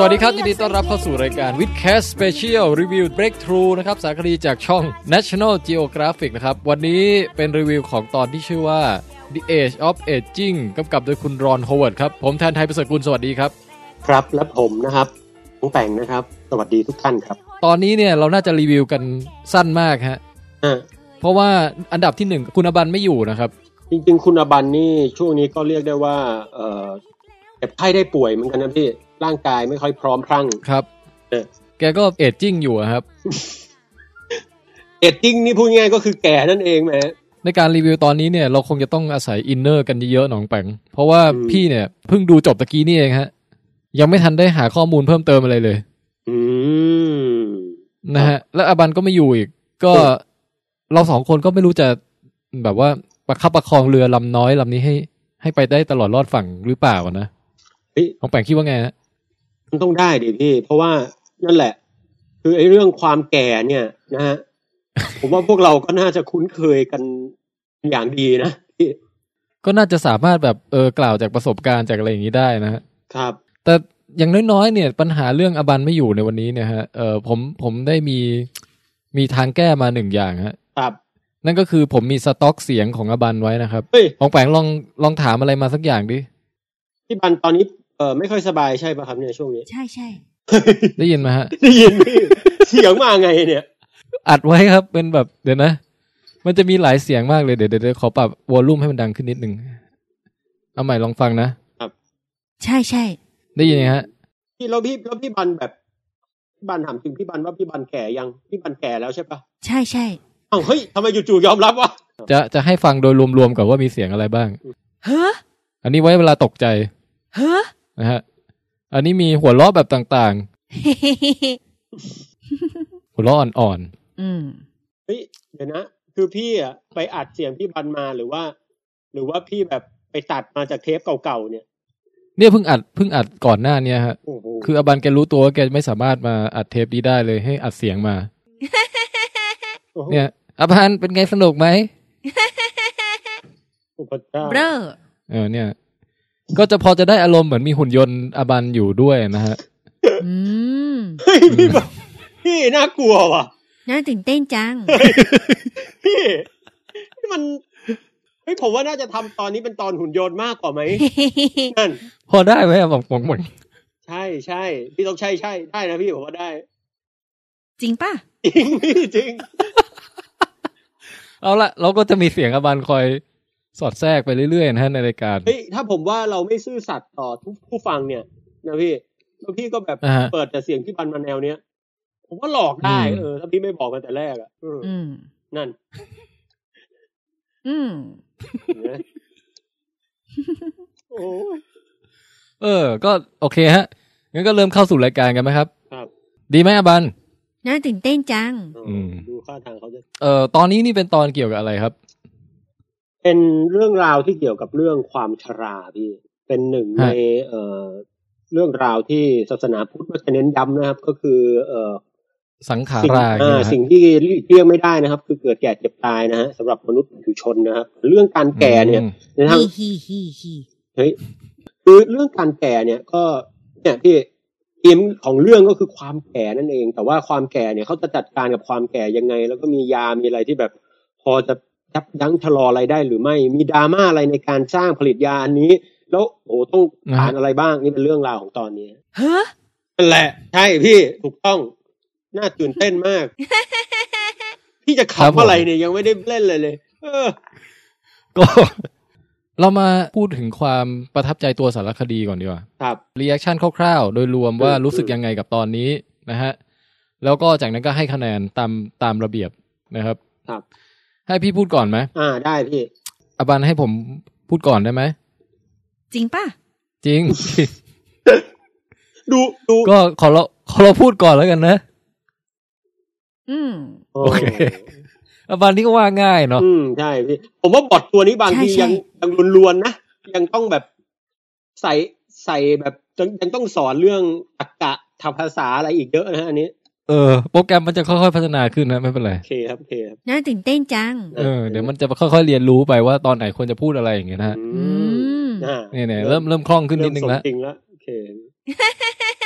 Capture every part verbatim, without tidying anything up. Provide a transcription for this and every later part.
สวัสดีครับยินดีต้อนรับเข้าสู่รายการ Vidcast Special Review Breakthrough นะครับสารคดีจากช่อง National Geographic นะครับวันนี้เป็นรีวิวของตอนที่ชื่อว่า The Age of Aging กำกับโดยคุณรอนโฮเวิร์ดครับผมแทนไทยประเสริฐกุลสวัสดีครับครับและผมนะครับน้องแป่งนะครับสวัสดีทุกท่านครับตอนนี้เนี่ยเราน่าจะรีวิวกันสั้นมากฮะเพราะว่าอันดับที่หนึ่งคุณอบันไม่อยู่นะครับจริงๆคุณอบันนี่ช่วงนี้ก็เรียกได้ว่าเอ่อเจ็บไข้ได้ป่วยเหมือนกันนะพี่ร่างกายไม่ค่อยพร้อมพรั่งครับแกก็เอจจิ้งอยู่ครับเอจจิ้งนี่พูดง่ายก็คือแก่นั่นเองแหมในการรีวิวตอนนี้เนี่ยเราคงจะต้องอาศัยอินเนอร์กันเยอะๆหนองแปงเพราะว่าพี่เนี่ยเพิ่งดูจบตะกี้นี่เองฮะยังไม่ทันได้หาข้อมูลเพิ่มเติมอะไรเลยอืมนะฮะแล้วอบันก็ไม่อยู่อีกก็เราสองคนก็ไม่รู้จะแบบว่าประคับประคองเรือลำน้อยลำนี้ให้ให้ไปได้ตลอดรอดฝั่งหรือเปล่านะหนองแปงคิดว่าไงฮะมันต้องได้ดิพี่เพราะว่านั่นแหละคือไอ้เรื่องความแก่เนี่ยนะฮะ ผมว่าพวกเราก็น่าจะคุ้นเคยกันอย่างดีนะพี่ก็น่าจะสามารถแบบเออกล่าวจากประสบการณ์จากอะไรอย่างนี้ได้นะฮะครับแต่อย่างน้อยๆเนี่ยปัญหาเรื่องอบันไม่อยู่ในวันนี้เนี่ยฮะเออผมผมได้มีมีทางแก้มาหนึ่งอย่างฮะครับนั่นก็คือผมมีสต็อกเสียงของอบันไว้นะครับของแปงลองลองถามอะไรมาสักอย่างดิพี่บันตอนนี้เออไม่ค่อยสบายใช่ป่ะครับเนี่ยช่วงนี้ใช่ใช่ได้ยินไหมฮะได้ยินพี่เสียงมาไงเนี่ยอัดไว้ครับเป็นแบบเดี๋ยวนะมันจะมีหลายเสียงมากเลยเดี๋ยวเดี๋ยวขอปรับวอลลุ่มให้มันดังขึ้นนิดนึงเอาใหม่ลองฟังนะครับใช่ใช่ได้ยินไหมฮะพี่แล้วพี่แล้วพี่บันแบบพี่บันถามจริงพี่บันว่าพี่บันแก่ยังพี่บันแก่แล้วใช่ป่ะใช่ใช่อ้าวเฮ้ยทำไมจู่ๆยอมรับวะจะจะให้ฟังโดยรวมๆกับว่ามีเสียงอะไรบ้างเฮ้ออันนี้ไว้เวลาตกใจเฮ้อนะฮะอันนี้มีหัวเราะแบบต่างๆ หัวเราะอ่อนๆอืมเฮ้ยเดี๋ยวนะคือพี่อ่ะไปอัดเสียงพี่บันมาหรือว่าหรือว่าพี่แบบไปตัดมาจากเทปเก่าๆเนี่ยเนี่ยเพิ่งอัดเพิ่งอัดก่อนหน้านี้ฮะคืออบันแกรู้ตัวว่าแกไม่สามารถมาอัดเทปนี้ได้เลยให้อัดเสียงมาเนี่ยอบันเป็นไงสนุกไหมเบ้อเออเนี่ยก็จะพอจะได้อารมณ์เหมือนมีหุ่นยนต์อบันอยู่ด้วยนะฮะอืมเฮ้ยพี่แบบพี่น่ากลัวว่ะน่าตื่นเต้นจังพี่พี่มันเฮ้ยผมว่าน่าจะทำตอนนี้เป็นตอนหุ่นยนต์มากกว่าไหมนั่นพอได้ไหมอ่ะบอกบอกหมดใช่ใช่พี่ต้องใช่ใช่ได้นะพี่ผมว่าได้จริงป่ะจริงพี่จริงเอาละเราก็จะมีเสียงอบันคอยสอดแทรกไปเรื่อยๆนะฮะในรายการเฮ้ยถ้าผมว่าเราไม่ซื่อสัตย์ต่อทุกผู้ฟังเนี่ยนะพี่แล้วพี่ก็แบบ uh-huh. เปิดแต่เสียงที่บันมาแนวเนี้ยผมว่าหลอกได้เออถ้าพี่ไม่บอกกันแต่แรกอ่ะอืมนั่นอืมโอ้เออก็โอเคฮะงั้นก็เริ่มเข้าสู่รายการกันไหมครับครับดีไหมอบันน่าตื่นเต้นจังอืมดูท่าทางเขาจะเอ่อตอนนี้นี่เป็นตอนเกี่ยวกับอะไรครับเป็นเรื่องราวที่เกี่ยวกับเรื่องความชราพี่เป็นหนึ่งในเอ่อเรื่องราวที่ศาสนาพุทธจะเน้นย้ำนะครับก็คือเอ่อสังขาราอ่าสิ่งที่เลี่ยงไม่ได้นะครับคือเกิดแก่เจ็บตายนะฮะสำหรับมนุษย์ผิวชนนะครับเรื่องการแก่เนี่ยนะครับเฮ้ยคือเรื่องการแก่เนี่ยก็เนี่ยพี่ธีมของเรื่องก็คือความแก่นั่นเองแต่ว่าความแก่เนี่ยเขาจะจัดการกับความแก่ยังไงแล้วก็มียามีอะไรที่แบบพอจะยับยั้งชะลออะไรได้หรือไม่มีดราม่าอะไรในการสร้างผลิตยาอันนี้แล้วโอ้ต้องผ่านอะไรบ้างนี่เป็นเรื่องราวของตอนนี้ฮะนั่นแหละใช่พี่ถูกต้องน่าตื่นเต้นมากพี่จะขำอะไรเนี่ยยังไม่ได้เล่นเลยเลยเออก็เรามาพูดถึงความประทับใจตัวสารคดีก่อนดีกว่าครับรีแอคชั่นคร่าวๆโดยรวมว่ารู้สึกยังไงกับตอนนี้นะฮะแล้วก็จากนั้นก็ให้คะแนนตามตามระเบียบนะครับครับให้พี่พูดก่อนไหมอ่าได้พี่อบันให้ผมพูดก่อนได้ไหมจริงป่ะจริงดูดูก็ขอเราขอเราพูดก่อนแล้วกันนะอืมโอเคอบันนี่ก็ว่าง่ายเนาะอืมใช่พี่ผมว่าบทตัวนี้บางทียังยังลวนๆนะยังต้องแบบใส่ใส่แบบยังต้องสอนเรื่องตรรกะทางภาษาอะไรอีกเยอะนะอันนี้เออโปรแกรมมันจะค่อยๆพัฒนาขึ้นนะไม่เป็นไรโอเคครับโอเคครับน่าตื่นเต้นจังเออเดี๋ยวมันจะค่อยๆเรียนรู้ไปว่าตอนไหนควรจะพูดอะไรอย่างเงี้ยนะฮะอืมเนี่ยๆเริ่มเริ่มคล่องขึ้นนิดนึงแล้วจริงแล้วโอเค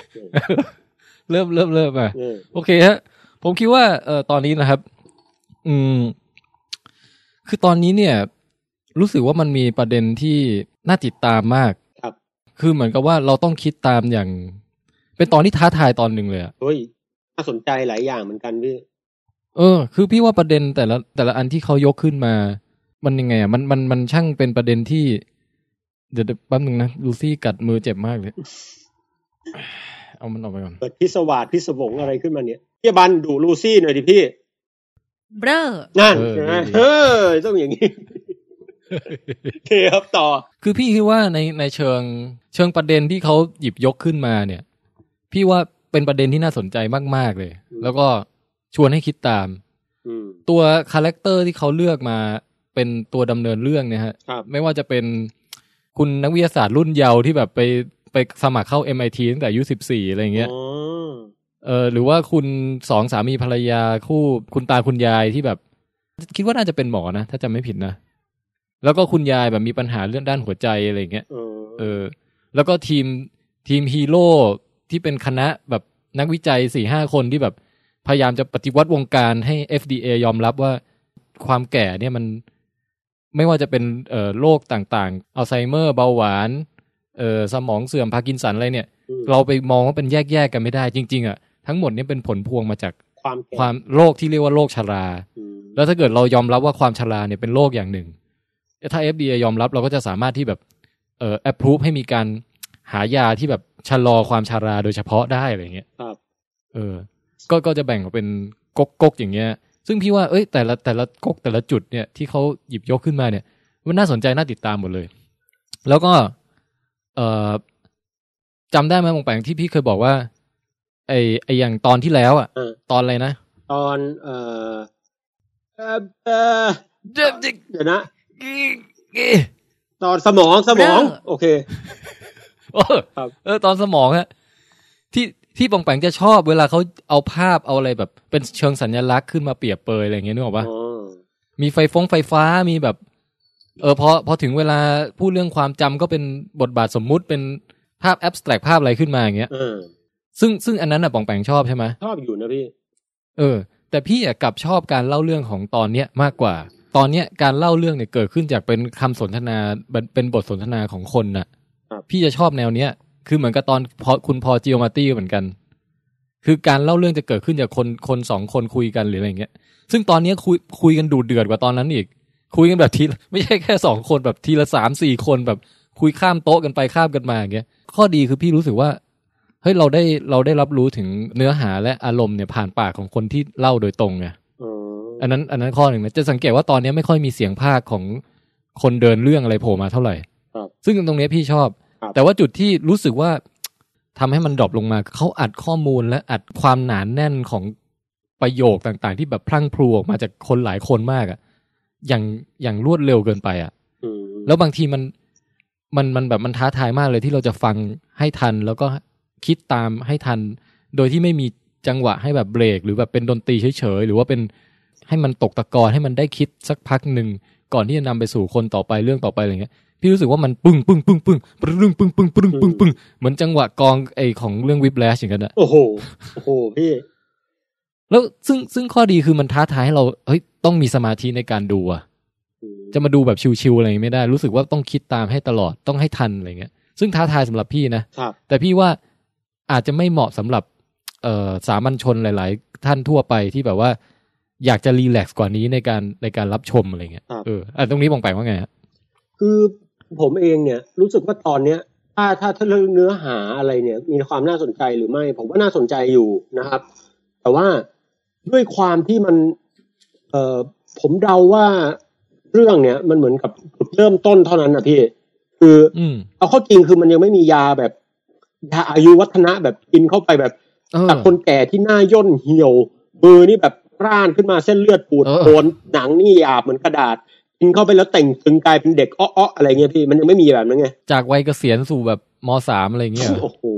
เริ่มเริ่มเริ่มอ่ะโอเคฮะผมคิดว่าเอ่อตอนนี้นะครับ อืมคือตอนนี้เนี่ยรู้สึกว่ามันมีประเด็นที่น่าติดตามมากครับคือเหมือนกับว่าเราต้องคิดตามอย่างเป็นตอนที่ท้าทายตอนหนึ่งเลยอ่ะเฮ้ยน่าสนใจหลายอย่างเหมือนกันพี่เออคือพี่ว่าประเด็นแต่ละแต่ละอันที่เขายกขึ้นมามันยังไงอ่ะมันมันมันช่างเป็นประเด็นที่เดี๋ยวแป๊บนึงนะลูซี่กัดมือเจ็บมากเลยเอามันออกไปก่อนเกิดพิศวาสพิศวงอะไรขึ้นมาเนี่ยพี่บันดูลูซี่หน่อยดิพี่เบ้อนั่นใช่ไหมเออต้องอย่างนี้โอเคครับต่อคือพี่คิดว่าในในเชิงเชิงประเด็นที่เขาหยิบยกขึ้นมาเนี่ยพี่ว่าเป็นประเด็นที่น่าสนใจมากๆเลยแล้วก็ชวนให้คิดตามตัวคาแรคเตอร์ที่เขาเลือกมาเป็นตัวดำเนินเรื่องเนี่ยฮะไม่ว่าจะเป็นคุณนักวิทยาศาสตร์รุ่นเยาว์ที่แบบไปไปสมัครเข้า เอ็ม ไอ ที ตั้งแต่อายุสิบสี่อะไรอย่างเงี้ยเออหรือว่าคุณสองสามีภรรยาคู่คุณตาคุณยายที่แบบคิดว่าน่าจะเป็นหมอนะถ้าจำไม่ผิดนะแล้วก็คุณยายแบบมีปัญหาเรื่องด้านหัวใจอะไรอย่างเงี้ยเออแล้วก็ทีมทีมฮีโร่ที่เป็นคณะแบบนักวิจัย สี่ห้า คนที่แบบพยายามจะปฏิวัติวงการให้ เอฟ ดี เอ ยอมรับว่าความแก่เนี่ยมันไม่ว่าจะเป็นเอ่อโรคต่างๆอัลไซเมอร์เบาหวานเอ่อสมองเสื่อมพาร์กินสันอะไรเนี่ยเราไปมองว่าเป็นแยกๆกันไม่ได้จริงๆอ่ะทั้งหมดนี้เป็นผลพวงมาจากความความโรคที่เรียกว่าโรคชราแล้วถ้าเกิดเรายอมรับว่าความชราเนี่ยเป็นโรคอย่างหนึ่งถ้า เอฟ ดี เอ ยอมรับเราก็จะสามารถที่แบบเอ่อ approve ให้มีการหายาที่แบบชะลอความชราโดยเฉพาะได้อะไรเงี้ยครับเออก็ก็จะแบ่งออกเป็นก๊กๆอย่างเงี้ยซึ่งพี่ว่าเอ้ยแต่ละแต่ละก๊กแต่ละจุดเนี่ยที่เขาหยิบยกขึ้นมาเนี่ยมันน่าสนใจน่าติดตามหมดเลยแล้วก็เอ่อจำได้ไหมมงแปงที่พี่เคยบอกว่าไอไออย่างตอนที่แล้วอ่ะตอนอะไรนะตอนเอ่อเอ่อเอ่อเดี๋ยวนะตอนสมองสมองโอเคเออเออตอนสมองฮะที่ที่ปองแปงจะชอบเวลาเขาเอาภาพเอาอะไรแบบเป็นเชิงสัญลักษณ์ขึ้นมาเปรียบเปรยอะไรอย่างเงี้ยนึกออกปะมีไฟฟงไฟฟ้ามีแบบเออพอพอถึงเวลาพูดเรื่องความจำก็เป็นบทบาทสมมุติเป็นภาพแอบสแตรกภาพอะไรขึ้นมาอย่างเงี้ยซึ่งซึ่งอันนั้นน่ะปองแปงชอบใช่ไหมชอบอยู่นะพี่เออแต่พี่อ่ะกลับชอบการเล่าเรื่องของตอนเนี้ยมากกว่าตอนเนี้ยการเล่าเรื่องเนี่ยเกิดขึ้นจากเป็นคำสนทนาเป็นบทสนทนาของคนน่ะพี่จะชอบแนวเนี้ยคือเหมือนกับตอนพอคุณพอจิโอมาตี้เหมือนกันคือการเล่าเรื่องจะเกิดขึ้นจากคนคนสองคนคุยกันหรืออะไรอย่างเงี้ยซึ่งตอนนี้คุยคุยกันดูเดือดกว่าตอนนั้นอีกคุยกันแบบทีไม่ใช่แค่สองคนแบบทีละสามสี่คนแบบคุยข้ามโต๊ะกันไปข้ามกันมาอย่างเงี้ยข้อดีคือพี่รู้สึกว่าเฮ้ยเราได้เราได้รับรู้ถึงเนื้อหาและอารมณ์เนี่ยผ่านปากของคนที่เล่าโดยตรงไงอันนั้นอันนั้นข้อหนึ่งนะจะสังเกตว่าตอนนี้ไม่ค่อยมีเสียงพากย์ของคนเดินเรื่องอะไรโผล่มาเท่าไหร่ซึ่งตรงนี้พี่ชอบแต่ว่าจุดที่รู้สึกว่าทำให้มันดรอปลงมาเขาอัดข้อมูลและอัดความหนาแน่นของประโยคต่างๆที่แบบพลั่งพลูออกมาจากคนหลายคนมากอ่ะอย่างอย่างรวดเร็วเกินไปอ่ะแล้วบางทีมันมันมันแบบมันท้าทายมากเลยที่เราจะฟังให้ทันแล้วก็คิดตามให้ทันโดยที่ไม่มีจังหวะให้แบบเบรกหรือแบบเป็นดนตรีเฉยๆหรือว่าเป็นให้มันตกตะกอนให้มันได้คิดสักพักนึงก่อนที่จะนำไปสู่คนต่อไปเรื่องต่อไปอะไรเงี้ยพี่รู้สึกว่ามันปึ้งปึ้งปึ้งปึ้งปึ้งปึ้งปึ้งปึ้งปึ้งปึ้งเหมือนจังหวะกองไอของเรื่องวิปแลชอย่างนั้นอ่ะโอ้โหโอ้โหพี่แล้วซึ่งซึ่งข้อดีคือมันท้าทายให้เราเฮ้ยต้องมีสมาธิในการดูอ่ะจะมาดูแบบชิวๆอะไรไม่ได้รู้สึกว่าต้องคิดตามให้ตลอดต้องให้ทันอะไรเงี้ยซึ่งท้าทายสำหรับพี่นะแต่พี่ว่าอาจจะไม่เหมาะสำหรับเอ่อสามัญชนหลายๆท่านทั่วไปที่แบบว่าอยากจะรีแลกซ์กว่านี้ในการในการรับชมอะไรเงี้ยเอออ่ะตรงนี้มองไปว่าไงฮะคือผมเองเนี่ยรู้สึกว่าตอนเนี้ยถ้าถ้าถ้าเรื่องเนื้อหาอะไรเนี่ยมีความน่าสนใจหรือไม่ผมว่าน่าสนใจอยู่นะครับแต่ว่าด้วยความที่มันเอ่อผมเดาว่าเรื่องเนี้ยมันเหมือนกับจุดเริ่มต้นเท่านั้นนะพี่คือเอาเข้าจริงคือมันยังไม่มียาแบบยาอายุวัฒนะแบบกินเข้าไปแบบจากคนแก่ที่หน้าย่นเหี่ยวมือนี่แบบร่านขึ้นมาเส้นเลือดปูดโอนหนังนี่หยาบเหมือนกระดาษกินเข้าไปแล้วแต่งตึงกลายเป็นเด็กอ้อๆอะไรเงี้ยพี่มันยังไม่มีแบบนั้นไงจากวัยเกษียณสู่แบบม.สาม อะไรเงี้ยโอ้โห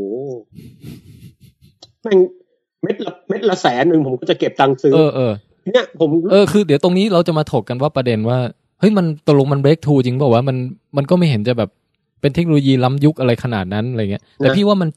แม่งเม็ดละเม็ดละแสนนึงผมก็จะเก็บตังค์ซื้อเออๆเนี่ยผมเออคือเดี๋ยวตรงนี้เราจะมาถกกันว่าประเด็นว่าเฮ้ยมันตกลงมันเบรกทูจริงเปล่าวะมันมันก็ไม่เห็นจะแบบเป็นเทคโนโลยีล้ำยุคอะไรขนาดนั้นอะไรเงี้ยแต่พี่ว่ามัน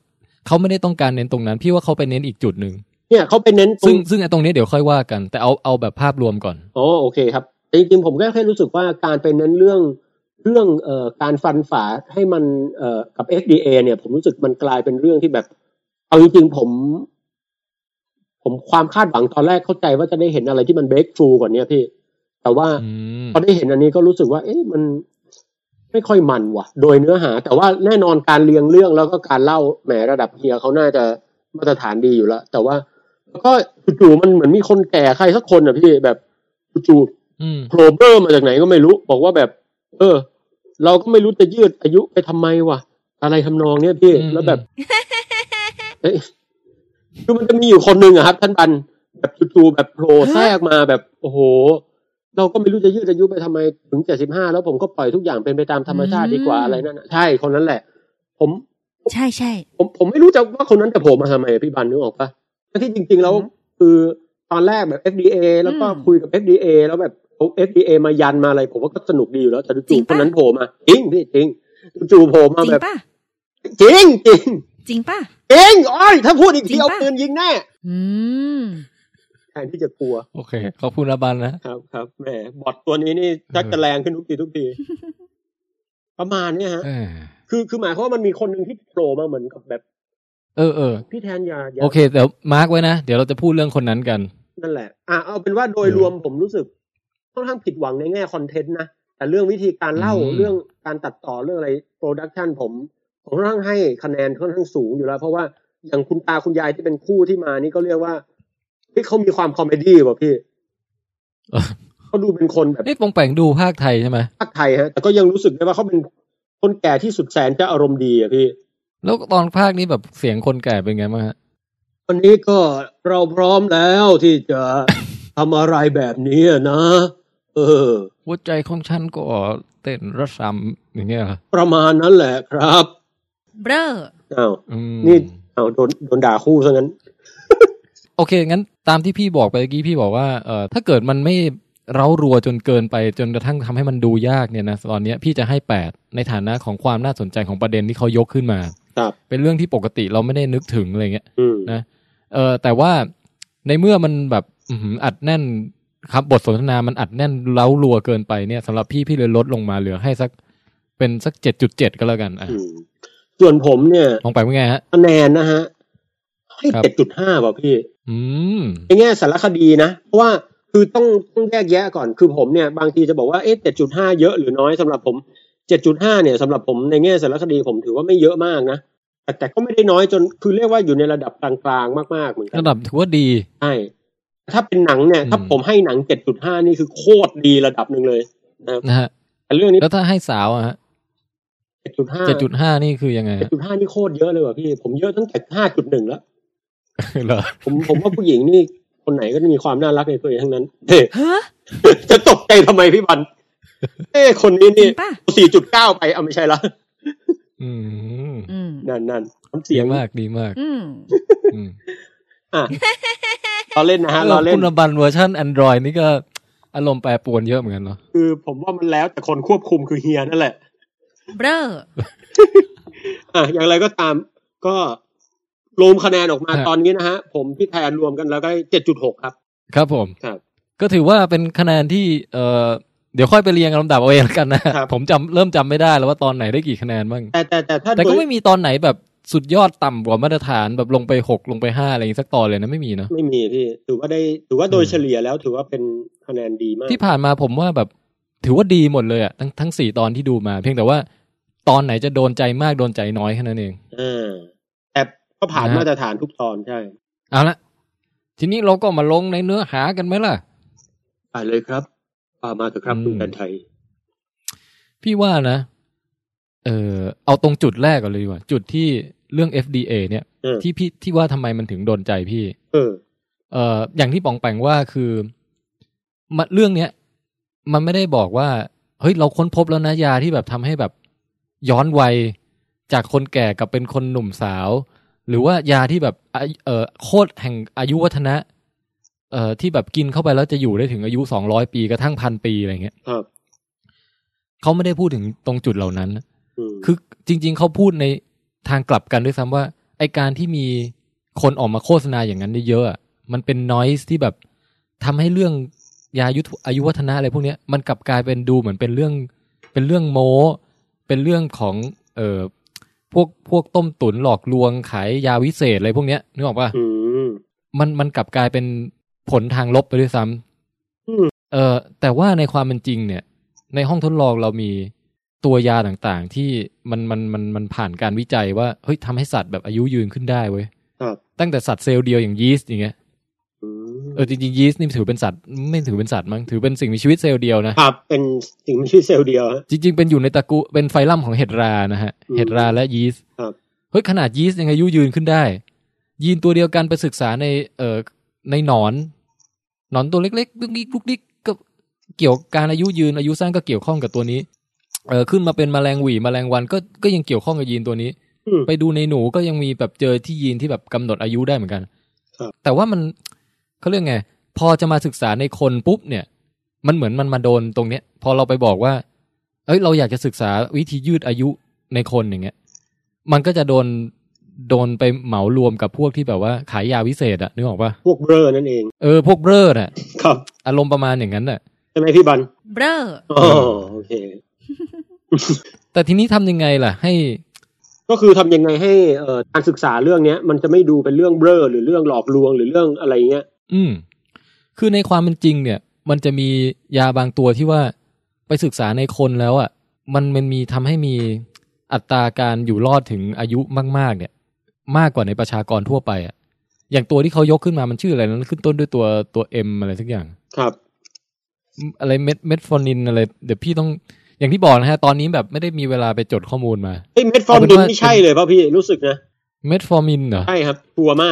เขาไม่ได้ต้องการเน้นตรงนั้นพี่ว่าเขาไปเน้นอีกจุดนึงเนี่ยเขาไปเน้นซึ่งซึ่งไอ้ตรงนี้เดี๋ยวค่อยว่ากันแต่เอาเอาแบบภาพรวมก่อนอ๋อโอเคครับจริงๆผมก็แค่รู้สึกว่าการไปเน้นเรื่องเรื่องเอ่อการฟันฝ่าให้มันเอ่อกับ เอฟ ดี เอ เนี่ยผมรู้สึกมันกลายเป็นเรื่องที่แบบเอาจริงๆผมผมความคาดหวังตอนแรกเข้าใจว่าจะได้เห็นอะไรที่มัน break through กว่านี้พี่แต่ว่าพอได้เห็นอันนี้ก็รู้สึกว่าเอ๊ะมันไม่ค่อยมันว่ะโดยเนื้อหาแต่ว่าแน่นอนการเรียงเรื่องแล้วก็การเล่าแหมระดับเฮียเขาน่าจะมาตรฐานดีอยู่แล้วแต่ว่าก็จู่ๆมันเหมือนมีคนแก่ใครสักคนอ่ะพี่แบบจู่ๆโผล่เบอร์มาจากไหนก็ไม่รู้บอกว่าแบบเออเราก็ไม่รู้จะยืดอายุไปทำไมวะอะไรทำนองเนี้ยพี่แล้วแบบเอ้ยคือมันจะมีอยู่คนนึงอะครับท่านบันแบบจู่ๆแบบโผล่แทรกมาแบบโอ้โหเราก็ไม่รู้จะยืดอายุไปทำไมถึงเจ็ดสิบห้าแล้วผมก็ปล่อยทุกอย่างเป็นไปตามธรรมชาติดีกว่าอะไรนั่นใช่คนนั้นแหละผมใช่ใช่ผมผมไม่รู้จะว่าคนนั้นจะโผล่มาทำไมพี่บันนึกออกปะที่จริงๆแล้วคือตอนแรกแบบ เอฟ ดี เอ แล้วก็คุยกับ เอฟ ดี เอ แล้วแบบ เอฟ ดี เอ มายันมาอะไรผมว่าก็สนุกดีอยู่แล้วแต่จู่ๆคนนั้นโผล่มาจริงพี่จริงจู่ๆโผล่มาแบบจริงจริงจริงป่ะเองอ้อยถ้าพูดอีกทีเอาปืนยิงแน่อืมแทนที่จะกลัวโอเคขอบคุณอาบันนะครับครับแหมบอทตัวนี้นี่ชักจะแรงขึ้นทุกทีทุกทีประมาณนี้ฮะคือคือหมายความว่ามันมีคนนึงที่โผล่มาเหมือนกับแบบเออเออพี่แทนอย่าโอเคเดี๋ยวมาร์กไว้นะเดี๋ยวเราจะพูดเรื่องคนนั้นกันนั่นแหละอ่ะเอาเป็นว่าโดยรวมผมรู้สึกค่อนข้างผิดหวังในแง่คอนเทนต์นะแต่เรื่องวิธีการเล่าเรื่องการตัดต่อเรื่องอะไรโปรดักชันผมผมค่อนข้างให้คะแนนค่อนข้างสูงอยู่แล้วเพราะว่าอย่างคุณตาคุณยายที่เป็นคู่ที่มานี่ก็เรียกว่าเฮ้ยเขามีความคอมเมดี้ป่ะพี่เขาดูเป็นคนแบบนี่ปองแปงดูภาคไทยใช่ไหมภาคไทยฮะแต่ก็ยังรู้สึกได้ว่าเขาเป็นคนแก่ที่สุดแสนจะอารมณ์ดีอ่ะพี่แล้วตอนภาคนี้แบบเสียงคนแก่เป็นไงบ้างฮะวันนี้ก็เราพร้อมแล้วที่จะทำอะไรแบบนี้นะเออหัวใจของฉันก็เต้นระสำอย่างเงี้ยประมาณนั้นแหละครับเบ้ออ้าวนี่อ้าวโดนโดนด่าคู่ซะงั้นโอเคงั้นตามที่พี่บอกไปเมื่อกี้พี่บอกว่าเอ่อถ้าเกิดมันไม่เร้ารัวจนเกินไปจนกระทั่งทำให้มันดูยากเนี่ยนะตอนนี้พี่จะให้แปดในฐานะของความน่าสนใจของประเด็นที่เขายกขึ้นมาเป็นเรื่องที่ปกติเราไม่ได้นึกถึงอะไรเงี้ยนะเออแต่ว่าในเมื่อมันแบบอัดแน่นครับบทสนทนามันอัดแน่นเร้ารัวเกินไปเนี่ยสำหรับพี่พี่เลยลดลงมาเหลือให้สักเป็นสัก เจ็ดจุดเจ็ด ก็แล้วกันอ่ะส่วนผมเนี่ยลองไปว่าไงฮะคะแนนนะฮะให้ เจ็ดจุดห้า ป่ะพี่อืมในแง่สารคดีนะเพราะว่าคือต้องต้องแยกแยะก่อนคือผมเนี่ยบางทีจะบอกว่าเอ๊ะ เจ็ดจุดห้า เยอะหรือน้อยสำหรับผม เจ็ดจุดห้า เนี่ยสำหรับผมในแง่สารคดีผมถือว่าไม่เยอะมากนะแต่แต่ก็ไม่ได้น้อยจนคือเรียกว่าอยู่ในระดับกลางๆมากๆเหมือนกันระดับถือว่าดีใช่ถ้าเป็นหนังเนี่ยถ้าผมให้หนัง เจ็ดจุดห้า นี่คือโคตรดีระดับนึงเลยนะครับนะฮะแต่เรื่องนี้แล้วถ้าให้สาวอ่ะฮะเจ็ดจุดห้าเจ็ดจุดห้า นี่คือยังไงเจ็ดจุดห้า นี่โคตรเยอะเลยว่ะพี่ผมเยอะตั้งแต่ ห้าจุดหนึ่ง แล้วเหรอผมผมว่าผู้หญิงนี่คนไหนก็จะมีความน่ารักในตัวเองทั้งนั้นเฮ้จะตกใจทำไมพี่บันเอ้คนนี้นี่ สี่จุดเก้า ไปเอาไม่ใช่ละอืมนั่นๆเสียงมากดีมากอืมอืมอ่ะเราเล่นนะฮะเราเล่นคุณบันเวอร์ชัน Android นี่ก็อารมณ์แปรปรวนเยอะเหมือนกันเนาะคือผมว่ามันแล้วแต่คนควบคุมคือเฮียนั่นแหละเบ้ออ่ะอย่างไรก็ตามก็รวมคะแนนออกมาตอนนี้นะฮะผมพี่แทนรวมกันแล้วก็ เจ็ดจุดหก ครับครับผมครับก็ถือว่าเป็นคะแนนที่เอ่อเดี๋ยวค่อยไปเรียงลำดับเอาเองกันนะผมจำเริ่มจำไม่ได้แล้วว่าตอนไหนได้กี่คะแนนบ้างแต่แต่แต่ถ้าแต่ก็ไม่มีตอนไหนแบบสุดยอดต่ำกว่ามาตรฐานแบบลงไปหกลงไปห้าอะไรอย่างนี้สักตอนเลยนะไม่มีเนาะไม่มีพี่ถือว่าได้ถือว่าโดยเฉลี่ยแล้วถือว่าเป็นคะแนนดีมากที่ผ่านมาผมว่าแบบถือว่าดีหมดเลยอ่ะทั้งทั้งสี่ตอนที่ดูมาเพียงแต่ว่าตอนไหนจะโดนใจมากโดนใจน้อยแค่นั้นเองเออแต่ก็ผ่านมาตรฐานทุกตอนใช่เอาละทีนี้เราก็มาลงในเนื้อหากันไหมล่ะไปเลยครับพามาเถอะครับคุณกันไทยพี่ว่านะเออเอาตรงจุดแรกก่อนเลยดีกว่าจุดที่เรื่อง เอฟ ดี เอ เนี่ยที่พี่ที่ว่าทำไมมันถึงโดนใจพี่เออเอ่ออย่างที่ปองแปงว่าคือเรื่องเนี้ยมันไม่ได้บอกว่าเฮ้ยเราค้นพบแล้วนะยาที่แบบทำให้แบบย้อนวัยจากคนแก่กับเป็นคนหนุ่มสาวหรือว่ายาที่แบบเอ่อโคตรแห่งอายุวัฒนะเอ่อที่แบบกินเข้าไปแล้วจะอยู่ได้ถึงอายุสองร้อยปีกระทั่งพันปีอะไรเงี้ยครับเขาไม่ได้พูดถึงตรงจุดเหล่านั้นคือจริงๆเขาพูดในทางกลับกันด้วยซ้ำว่าไอการที่มีคนออกมาโฆษณาอย่างนั้นเยอะๆมันเป็น noise ที่แบบทำให้เรื่องยายุทธอายุวัฒนะอะไรพวกนี้มันกลับกลายเป็นดูเหมือนเป็นเรื่องเป็นเรื่องโม้เป็นเรื่องของเอ่อพวกพวกต้มตุ๋นหลอกลวงขายยาวิเศษอะไรพวกเนี้ยนึกออกป่ะมันมันกลับกลายเป็นผลทางลบไปด้วยซ้ำเออแต่ว่าในความเป็นจริงเนี่ยในห้องทดลองเรามีตัวยาต่างๆที่มันมันมันมันผ่านการวิจัยว่าเฮ้ยทำให้สัตว์แบบอายุยืนขึ้นได้เว้ยตั้งแต่สัตว์เซลล์เดียวอย่างยีสต์อย่างเงี้ยเออจริงๆยีสต์นี่ถือเป็นสัตว์ไม่ถือเป็นสัตว์มั้งถือเป็นสิ่งมีชีวิตเซลล์เดียวนะครับเป็นสิ่งมีชีวิตเซลล์เดียวจริงๆเป็นอยู่ในตระกูลเป็นไฟลัมของเห็ดรานะฮะเห็ดราและยีสต์เฮ้ยขนาดยีสต์ยังอายุยืนขึ้นได้ยีนตัวเดียวกันไปศึกษาในเอ่อในหนอนหนอนตัวเล็กๆลุกดิ๊กลุกดิ๊กก็เกี่ยวการอายุยืนอายุสั้นก็เกี่ยวข้องกับตัวนี้เออขึ้นมาเป็นแมลงหวี่แมลงวันก็ก็ยังเกี่ยวข้องกับยีนตัวนี้ไปดูในหนูก็ยังมีแบบเจอที่ยีนที่แบบกำหนดอายุได้เหมือนกันแต่ว่ามันเขาเรียกไงพอจะมาศึกษาในคนปุ๊บเนี่ยมันเหมือนมันมาโดนตรงเนี้ยพอเราไปบอกว่าเอ้ยเราอยากจะศึกษาวิธียืดอายุในคนอย่างเงี้ยมันก็จะโดนโดนไปเหมารวมกับพวกที่แบบว่าขายยาวิเศษอะนึกออกป่ะพวกเบลอนั่นเองเออพวกเบลอน่ะครับอารมณ์ประมาณอย่างนั้นน่ะใช่ไหมพี่บันเบลออ๋อโอเคแต่ทีนี้ทำยังไงล่ะให้ก็คือทำยังไงให้เอ่อการศึกษาเรื่องเนี้ยมันจะไม่ดูเป็นเรื่องเบลอหรือเรื่องหลอกลวงหรือเรื่องอะไรเงี้ยอืมคือในความเป็นจริงเนี่ยมันจะมียาบางตัวที่ว่าไปศึกษาในคนแล้วอ่ะมันมันมีทำให้มีอัตราการอยู่รอดถึงอายุมากๆเนี่ยมากกว่าในประชากรทั่วไปอ่ะอย่างตัวที่เขายกขึ้นมามันชื่ออะไรนั้นขึ้นต้นด้วยตัวตัว M อะไรสักอย่างครับอะไรเม็ดเม็ดฟอร์นินอะไรเดี๋ยวพี่ต้องอย่างที่บอกนะฮะตอนนี้แบบไม่ได้มีเวลาไปจดข้อมูลมาเฮ้ยเม็ดฟอร์มินไม่ใช่เลยป่ะพี่รู้สึกนะเม็ดฟอร์มินเหรอใช่ครับชัวร์มาก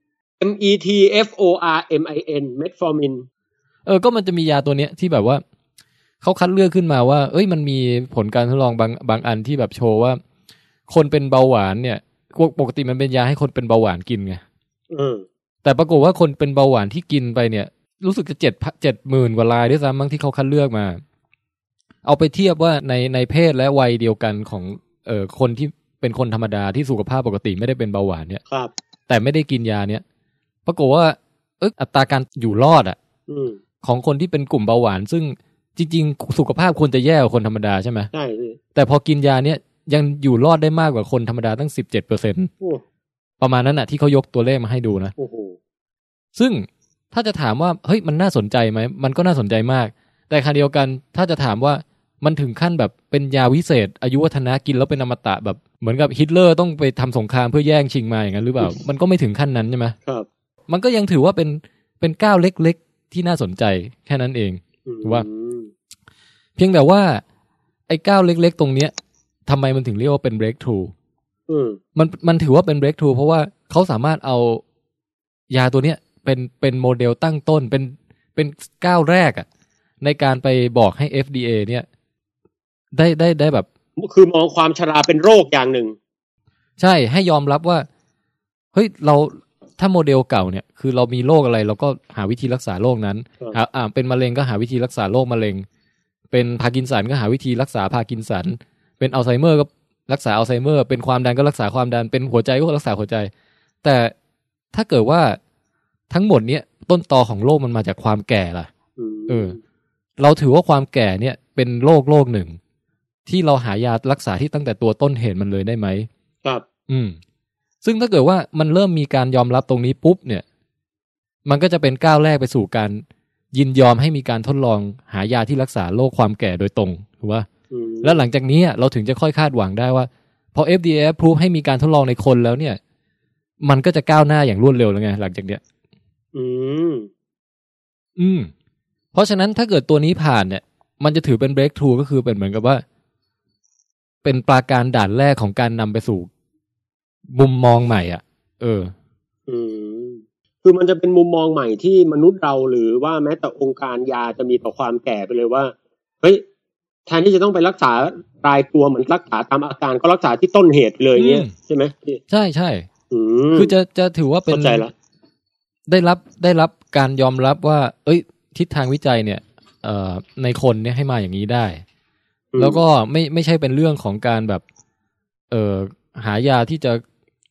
M E T F O R M I N เม็ดฟอร์มินเออก็มันจะมียาตัวเนี้ยที่แบบว่าเขาคัดเลือกขึ้นมาว่าเอ้ยมันมีผลการทดลองบางบางอันที่แบบโชว์ว่าคนเป็นเบาหวานเนี่ยปกติมันเป็นยาให้คนเป็นเบาหวานกินไงแต่ปรากฏว่าคนเป็นเบาหวานที่กินไปเนี่ยรู้สึกจะเจ็ดเจ็ดหมื่นกว่ารายด้วยซ้ำบางที่เขาคัดเลือกมาเอาไปเทียบว่าในในเพศและวัยเดียวกันของเอ่อคนที่เป็นคนธรรมดาที่สุขภาพปกติไม่ได้เป็นเบาหวานเนี่ยครับแต่ไม่ได้กินยาเนี่ยปรากฏว่าเอออัตราการอยู่รอดอ่ะของคนที่เป็นกลุ่มเบาหวานซึ่งจริงๆสุขภาพควรจะแย่กว่าคนธรรมดาใช่ไหมใช่แต่พอกินยาเนี่ยยังอยู่รอดได้มากกว่าคนธรรมดาตั้ง สิบเจ็ดเปอร์เซ็นต์ ประมาณนั้นน่ะที่เขายกตัวเลขมาให้ดูนะซึ่งถ้าจะถามว่าเฮ้ยมันน่าสนใจไหมมันก็น่าสนใจมากแต่ขณะเดียวกันถ้าจะถามว่ามันถึงขั้นแบบเป็นยาวิเศษอายุวัฒนะกินแล้วเป็นอมตะแบบเหมือนกับฮิตเลอร์ต้องไปทำสงครามเพื่อแย่งชิงมาอย่างนั้นหรือเปล่า มันก็ไม่ถึงขั้นนั้นใช่ไหมครับมันก็ยังถือว่าเป็นเป็นก้าวเล็กๆที่น่าสนใจแค่นั้นเองถูกว่าเพียงแต่ว่าไอ้ก้าวเล็กๆตรงเนี้ยทำไมมันถึงเรียกว่าเป็น breakthrough มันมันถือว่าเป็น breakthrough เพราะว่าเขาสามารถเอายาตัวเนี้ยเป็นเป็นโมเดลตั้งต้นเป็นเป็นก้าวแรกอ่ะในการไปบอกให้ เอฟ ดี เอ เนี่ยได้ได้ได้แบบคือมองความชราเป็นโรคอย่างหนึ่งใช่ให้ยอมรับว่าเฮ้ยเราถ้าโมเดลเก่าเนี่ยคือเรามีโรคอะไรเราก็หาวิธีรักษาโรคนั้นหาอ่าเป็นมะเร็งก็หาวิธีรักษาโรคมะเร็งเป็นพาร์กินสันก็หาวิธีรักษาพาร์กินสันเป็นอัลไซเมอร์ก็รักษาอัลไซเมอร์เป็นความดันก็รักษาความดันเป็นหัวใจก็รักษาหัวใจแต่ถ้าเกิดว่าทั้งหมดเนี้ยต้นตอของโรคมันมาจากความแก่ล่ะเออเราถือว่าความแก่เนี่ยเป็นโรคโรคหนึ่งที่เราหายารักษาที่ตั้งแต่ตัวต้นเหตุมันเลยได้ไหมครับอืมซึ่งถ้าเกิดว่ามันเริ่มมีการยอมรับตรงนี้ปุ๊บเนี่ยมันก็จะเป็นก้าวแรกไปสู่การยินยอมให้มีการทดลองหายาที่รักษาโรคความแก่โดยตรงถูกป่ะแล้วหลังจากนี้เราถึงจะค่อยคาดหวังได้ว่าพอ เอฟ ดี เอ approve ให้มีการทดลองในคนแล้วเนี่ยมันก็จะก้าวหน้าอย่างรวดเร็วแล้วไงหลังจากเนี้ยอืมอืมเพราะฉะนั้นถ้าเกิดตัวนี้ผ่านเนี่ยมันจะถือเป็น breakthrough ก็คือเป็นเหมือนกับว่าเป็นปราการด่านแรกของการนำไปสู่มุมมองใหม่อ่ะเอออืมคือมันจะเป็นมุมมองใหม่ที่มนุษย์เราหรือว่าแม้แต่องค์การยาจะมีต่อความแก่ไปเลยว่าเฮ้ยแทนที่จะต้องไปรักษารายตัวเหมือนรักษาตามอาการก็รักษาที่ต้นเหตุเลยเงี้ยใช่ไหมใช่ใช่คือจะจะถือว่าเป็นได้รับได้รับการยอมรับว่าเอ้ยทิศทางวิจัยเนี่ยเอ่อในคนเนี่ยให้มาอย่างนี้ได้แล้วก็ไม่ไม่ใช่เป็นเรื่องของการแบบเอ่อหายาที่จะ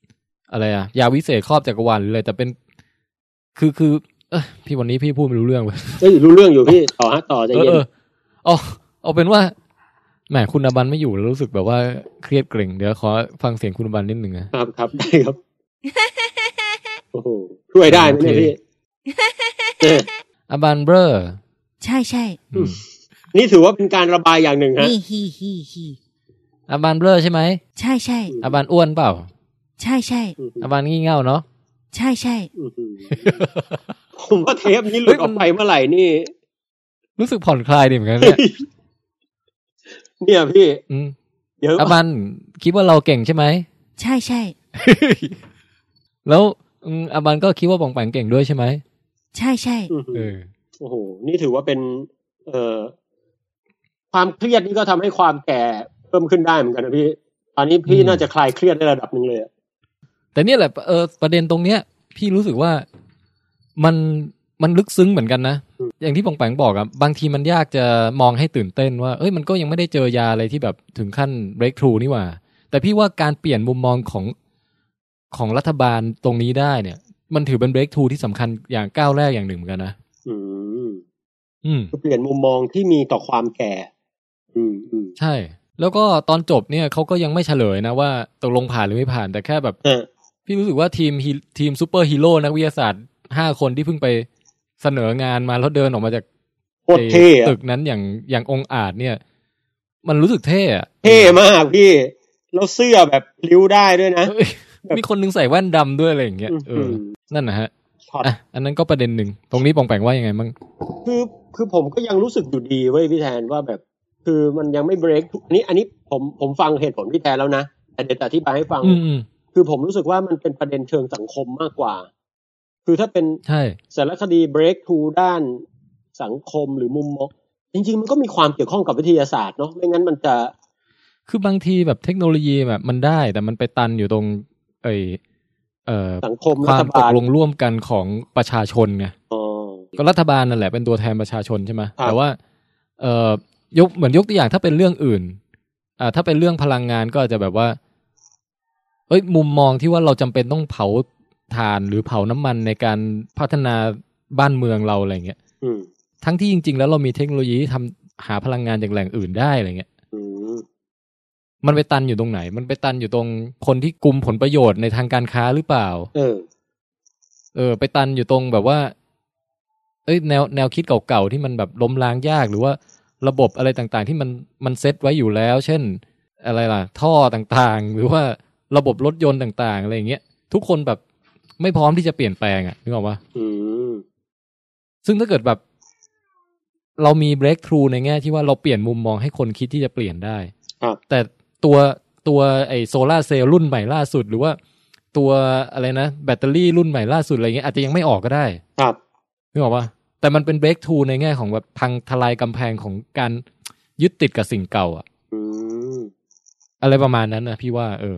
อะไรอะยาวิเศษครอบจักรวาลหรืออะไรแต่เป็นคือคือเออพี่วันนี้พี่พูดไม่รู้เรื่องเลยเอ้ยรู้เรื่องอยู่พี่ต่อฮะต่อใจเย็นเออเอาเอาเป็นว่าแหมคุณอบันไม่อยู่แล้วรู้สึกแบบว่าเครียดเกร็งเดี๋ยวขอฟังเสียงคุณอบันนิดนึงนะครับครับได้ครับโอ้โหช่วยได้ไหมเนี่ยพี่อบันเบอร์ใช่ใช่นี่ถือว่าเป็นการระบายอย่างหนึ่งฮะฮีฮีฮีฮีอบันเบอร์ใช่ไหมใช่ใช่อบันอ้วนเปล่าใช่ใช่อบันงี่เง่าเนาะใช่ใช่ผมว่าเทปนี้หลุดออกไปเมื่อไหร่นี่รู้สึกผ่อนคลายดีเหมือนกันเนี่ยเนี่ยพี่เดี๋ยวอบันคิดว่าเราเก่งใช่ไหมใช่ใช่แล้วอบันก็คิดว่าปองแปงเก่งด้วยใช่ไหมใช่ใช่เออโอ้โหนี่ถือว่าเป็นเอ่อความเครียดนี่ก็ทำให้ความแก่เพิ่มขึ้นได้เหมือนกันนะพี่ตอนนี้พี่น่าจะคลายเครียดได้ระดับนึงเลยแต่เนี่ยแหละเออประเด็นตรงเนี้ยพี่รู้สึกว่ามันมันลึกซึ้งเหมือนกันนะอย่างที่ปองแปงบอกอะบางทีมันยากจะมองให้ตื่นเต้นว่าเอ้ยมันก็ยังไม่ได้เจอยาอะไรที่แบบถึงขั้น breakthrough นี่หว่าแต่พี่ว่าการเปลี่ยนมุมมองของของรัฐบาลตรงนี้ได้เนี่ยมันถือเป็น breakthrough ที่สำคัญอย่างก้าวแรกอย่างหนึ่งเหมือนกันนะอืมอืมเปลี่ยนมุมมองที่มีต่อความแก่อืมอืมใช่แล้วก็ตอนจบเนี่ยเขาก็ยังไม่เฉลยนะว่าตกลงผ่านหรือไม่ผ่านแต่แค่แบบพี่รู้สึกว่าทีมทีมซูเปอร์ฮีโร่นักวิทยาศาสตร์ห้าคนที่เพิ่งไปเสนองานมาแล้วเดินออกมาจากตึกนั้นอย่างอย่างองอาจเนี่ยมันรู้สึกเท่อะเท่มากพี่แล้วเสื้อแบบพลิ้วได้ด้วยนะมีคนนึงใส่แว่นดำด้วยอะไรอย่างเงี้ยเออนั่นนะฮะอ่ะอันนั้นก็ประเด็นหนึ่งตรงนี้ปองแปงว่ายังไงมั่งคือคือผมก็ยังรู้สึกอยู่ดีเว้ยพี่แทนว่าแบบคือมันยังไม่เบรกอันนี้อันนี้ผมผมฟังเหตุผลพี่แทนแล้วนะแต่เดี๋ยวอธิบายให้ฟังคือผมรู้สึกว่ามันเป็นประเด็นเชิงสังคมมากกว่าคือถ้าเป็นสารคดีเบรกทูด้านสังคมหรือมุมมองจริงๆมันก็มีความเกี่ยวข้องกับวิทยาศาสตร์เนาะไม่งั้นมันจะคือบางทีแบบเทคโนโลยีแบบมันได้แต่มันไปตันอยู่ตรงไอเอ่อสังคมความตกลงร่วมกันของประชาชนไงก็รัฐบาลนั่นแหละเป็นตัวแทนประชาชนใช่ไหมแต่ว่าเอ่อยกเหมือนยกตัวอย่างถ้าเป็นเรื่องอื่นอ่าถ้าเป็นเรื่องพลังงานก็อาจจะแบบว่าเอ้ยมุมมองที่ว่าเราจำเป็นต้องเผาถ่านหรือเผาน้ำมันในการพัฒนาบ้านเมืองเราอะไรเงี้ยทั้งที่จริงๆแล้วเรามีเทคโนโลยีที่ทำหาพลังงานจากแหล่งอื่นได้อะไรเงี้ยมันไปตันอยู่ตรงไหนมันไปตันอยู่ตรงคนที่กุมผลประโยชน์ในทางการค้าหรือเปล่าเออเออไปตันอยู่ตรงแบบว่าเอ้ยแนวแนวคิดเก่าๆที่มันแบบล้มล้างยากหรือว่าระบบอะไรต่างๆที่มันมันเซตไว้อยู่แล้วเช่นอะไรล่ะท่อต่างๆหรือว่าระบบรถยนต์ต่างๆอะไรอย่างเงี้ยทุกคนแบบไม่พร้อมที่จะเปลี่ยนแปลงอ่ะนึกออกปะอืมซึ่งถ้าเกิดแบบเรามี breakthrough ในแง่ที่ว่าเราเปลี่ยนมุมมองให้คนคิดที่จะเปลี่ยนได้แต่ตัวตัวไอ้โซล่าเซลล์รุ่นใหม่ล่าสุดหรือว่าตัวอะไรนะแบตเตอรี่รุ่นใหม่ล่าสุดอะไรเงี้ยอาจจะยังไม่ออกก็ได้ครับนึกออกปะแต่มันเป็น breakthrough ในแง่ของแบบพังทลายกำแพงของการยึดติดกับสิ่งเก่าอ่ะอืมอะไรประมาณนั้นนะพี่ว่าเออ